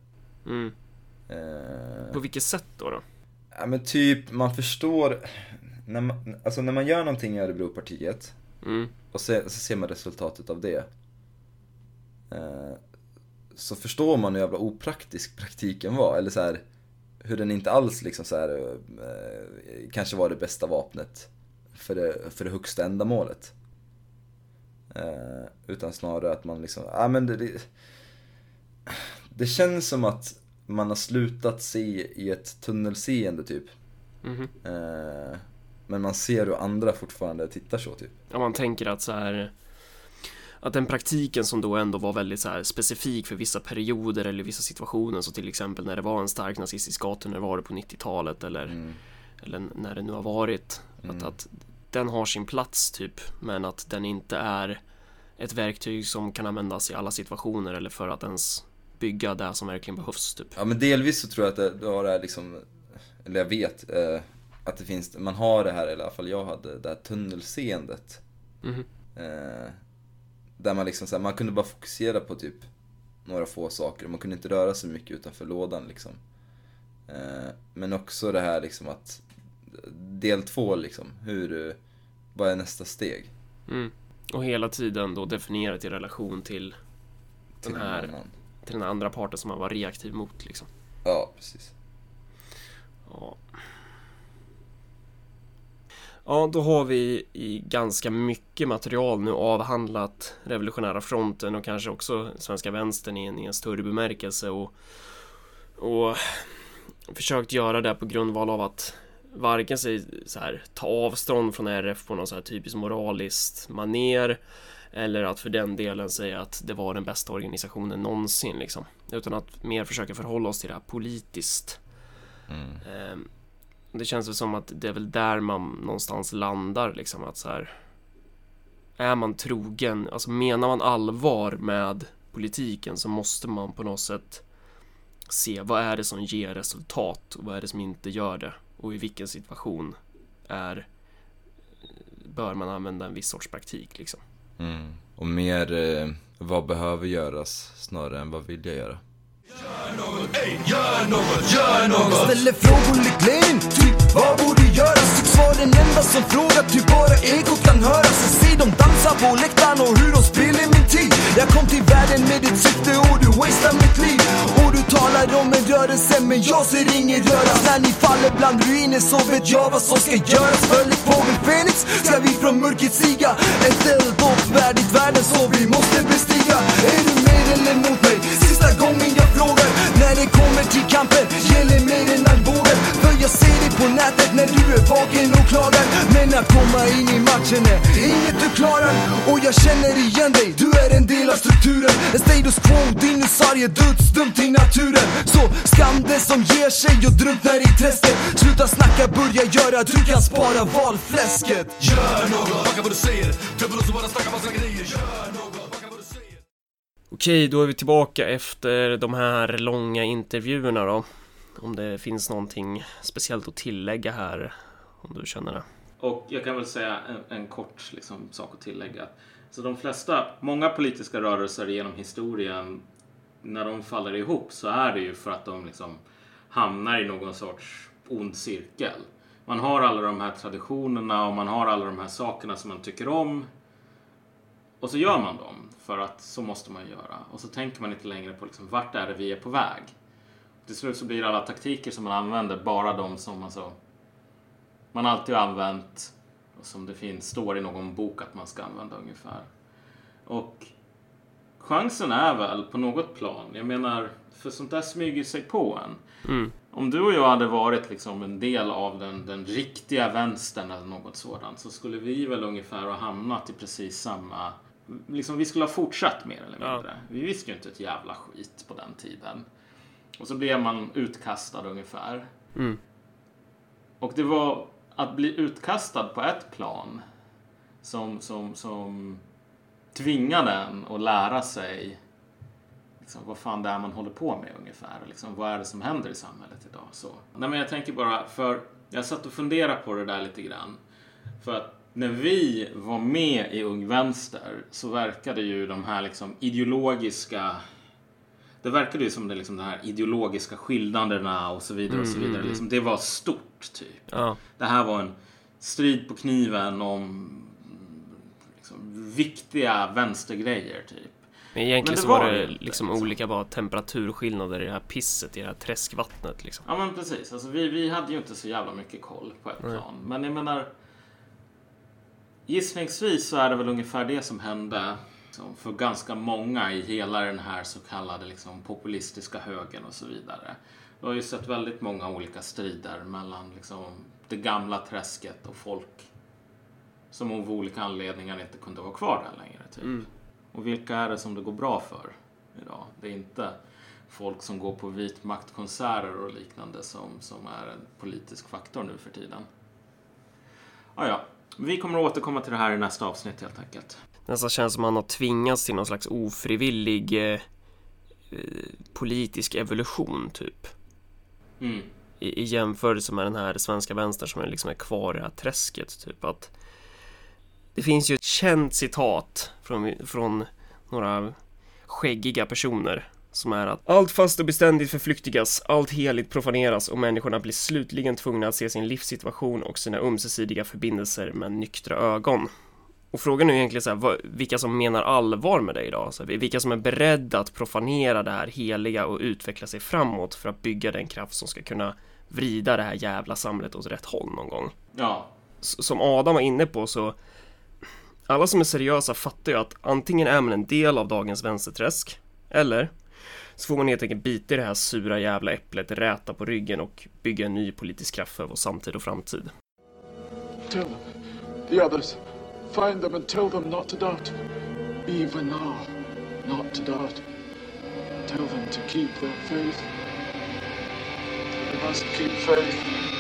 På vilket sätt då? Ja men typ, man förstår när man gör någonting i Örebropartiet och så ser man resultatet av det, så förstår man hur jävla opraktisk praktiken var. Eller så här, hur den inte alls liksom så här, kanske var det bästa vapnet för det högsta ändamålet. Utan snarare att man liksom, men det känns som att man har slutat se i ett tunnelseende typ. Men man ser hur andra fortfarande tittar så typ. Ja, man tänker att så här, att den praktiken som då ändå var väldigt så här specifik för vissa perioder eller vissa situationer, så till exempel när det var en stark nazistisk gatunärvaro på 90-talet eller när det nu har varit, att den har sin plats typ, men att den inte är ett verktyg som kan användas i alla situationer eller för att ens bygga det som verkligen behövs typ. Ja, men delvis så tror jag att du har det här liksom, eller jag vet att det finns, man har det här, eller i alla fall jag hade det här tunnelseendet. Där man liksom så här, man kunde bara fokusera på typ några få saker, man kunde inte röra sig mycket utanför lådan liksom. Men också det här liksom att del 2 liksom, vad är nästa steg? Och hela tiden då definierat i relation till den andra parten som man var reaktiv mot liksom. Ja, precis. Ja, då har vi i ganska mycket material nu avhandlat Revolutionära fronten och kanske också Svenska vänstern i en större bemärkelse och försökt göra det på grundval av att varken sig så här ta avstånd från RF på någon så här typiskt moraliskt maner eller att för den delen säga att det var den bästa organisationen någonsin liksom, utan att mer försöka förhålla oss till det här politiskt. Det känns väl som att det är väl där man någonstans landar liksom, att så här, är man trogen, alltså menar man allvar med politiken, så måste man på något sätt se vad är det som ger resultat och vad är det som inte gör det, och i vilken situation bör man använda en viss sorts praktik liksom. Och mer vad behöver göras snarare än vad vill jag göra. Gör något. Ställer frågor likt Lenin, typ vad borde göras? Tycks vara den enda som frågar, typ bara ego kan höras. Jag ser dem dansa på läktaren och hur de spelar min tid. Jag kom till världen med ditt syfte och du wastar mitt liv. Och du talar om en rörelse, men jag ser inget röras. När ni faller bland ruiner så vet jag vad som ska göras. Följ fågel Fenix, ska vi från mörkret stiga. Ett eld och värdigt världen så vi måste bestiga. Är du med eller mot mig? Sista gången jag frågar. När det kommer till kampen gäller mer än armbågar. För jag ser dig på nätet när du är vaken och klagar. Men att komma in i matchen är inget du klarar. Och jag känner igen dig, du är en del av strukturen. En status quo, dinosaurie, dödsdömd till naturen. Så skam det som ger sig och drunknar i träsket. Sluta snacka, börja göra, du kan spara valfläsket. Gör något, backa vad du säger. Klubben och så bara snacka massa grejer. Gör något, backa vad du säger. Okej, då är vi tillbaka efter de här långa intervjuerna då. Om det finns någonting speciellt att tillägga här, om du känner det. Och jag kan väl säga en kort liksom, sak att tillägga. Så många politiska rörelser genom historien, när de faller ihop så är det ju för att de liksom hamnar i någon sorts ond cirkel. Man har alla de här traditionerna och man har alla de här sakerna som man tycker om. Och så gör man dem för att så måste man göra. Och så tänker man inte längre på liksom, vart är det vi är på väg. Till slut så blir alla taktiker som man använder bara de som man alltid har använt och som det står i någon bok att man ska använda ungefär. Och chansen är väl på något plan, jag menar, för sånt där smyger sig på en. Om du och jag hade varit liksom en del av den riktiga vänstern eller något sådant, så skulle vi väl ungefär ha hamnat i precis samma, liksom vi skulle ha fortsatt mer eller mindre. Ja. Vi visste ju inte ett jävla skit på den tiden. Och så blev man utkastad ungefär. Och det var att bli utkastad på ett plan som tvingade en att lära sig liksom, vad fan det är man håller på med ungefär. Liksom, vad är det som händer i samhället idag? Så. Nej, men jag tänker bara, för jag satt och funderade på det där lite grann. För att när vi var med i Ung Vänster så verkade ju de här liksom ideologiska... Det verkade ju som det, liksom, de här ideologiska skillnaderna och så vidare och så vidare. Liksom, det var stort typ. Ja. Det här var en strid på kniven om liksom, viktiga vänstergrejer typ. Men egentligen Men det så var var det ju inte, liksom liksom. olika bara temperaturskillnader i det här pisset, i det här träskvattnet liksom. Ja, men precis. Alltså, vi hade ju inte så jävla mycket koll på ett plan. Men jag menar, gissningsvis så är det väl ungefär det som hände liksom, för ganska många i hela den här så kallade liksom, populistiska högen och så vidare. Du har ju sett väldigt många olika strider mellan liksom, det gamla träsket och folk som av olika anledningar inte kunde vara kvar där längre. Typ. Och vilka är det som det går bra för idag? Det är inte folk som går på vitmaktkonserter och liknande som är en politisk faktor nu för tiden. Ja. Vi kommer att återkomma till det här i nästa avsnitt helt enkelt. Det nästan känns som man har tvingats till någon slags ofrivillig politisk evolution typ. I jämförelse med den här svenska vänstern som liksom är kvar i det här träsket typ. Att det finns ju ett känt citat från några skäggiga personer som är att allt fast och beständigt förflyktigas, allt heligt profaneras och människorna blir slutligen tvungna att se sin livssituation och sina ömsesidiga förbindelser med nyktra ögon. Och frågan är egentligen så här, vilka som menar allvar med det idag, så vilka som är beredda att profanera det här heliga och utveckla sig framåt för att bygga den kraft som ska kunna vrida det här jävla samhället åt rätt håll någon gång. Ja. Som Adam var inne på så alla som är seriösa fattar ju att antingen är man en del av dagens vänsterträsk eller så får man helt enkelt bita i det här sura jävla äpplet, räta på ryggen och bygga en ny politisk kraft för vår samtid och framtid. Tell them, the others, find them and tell them not to doubt. Even now, not to doubt. Tell them to keep their faith. They must keep faith.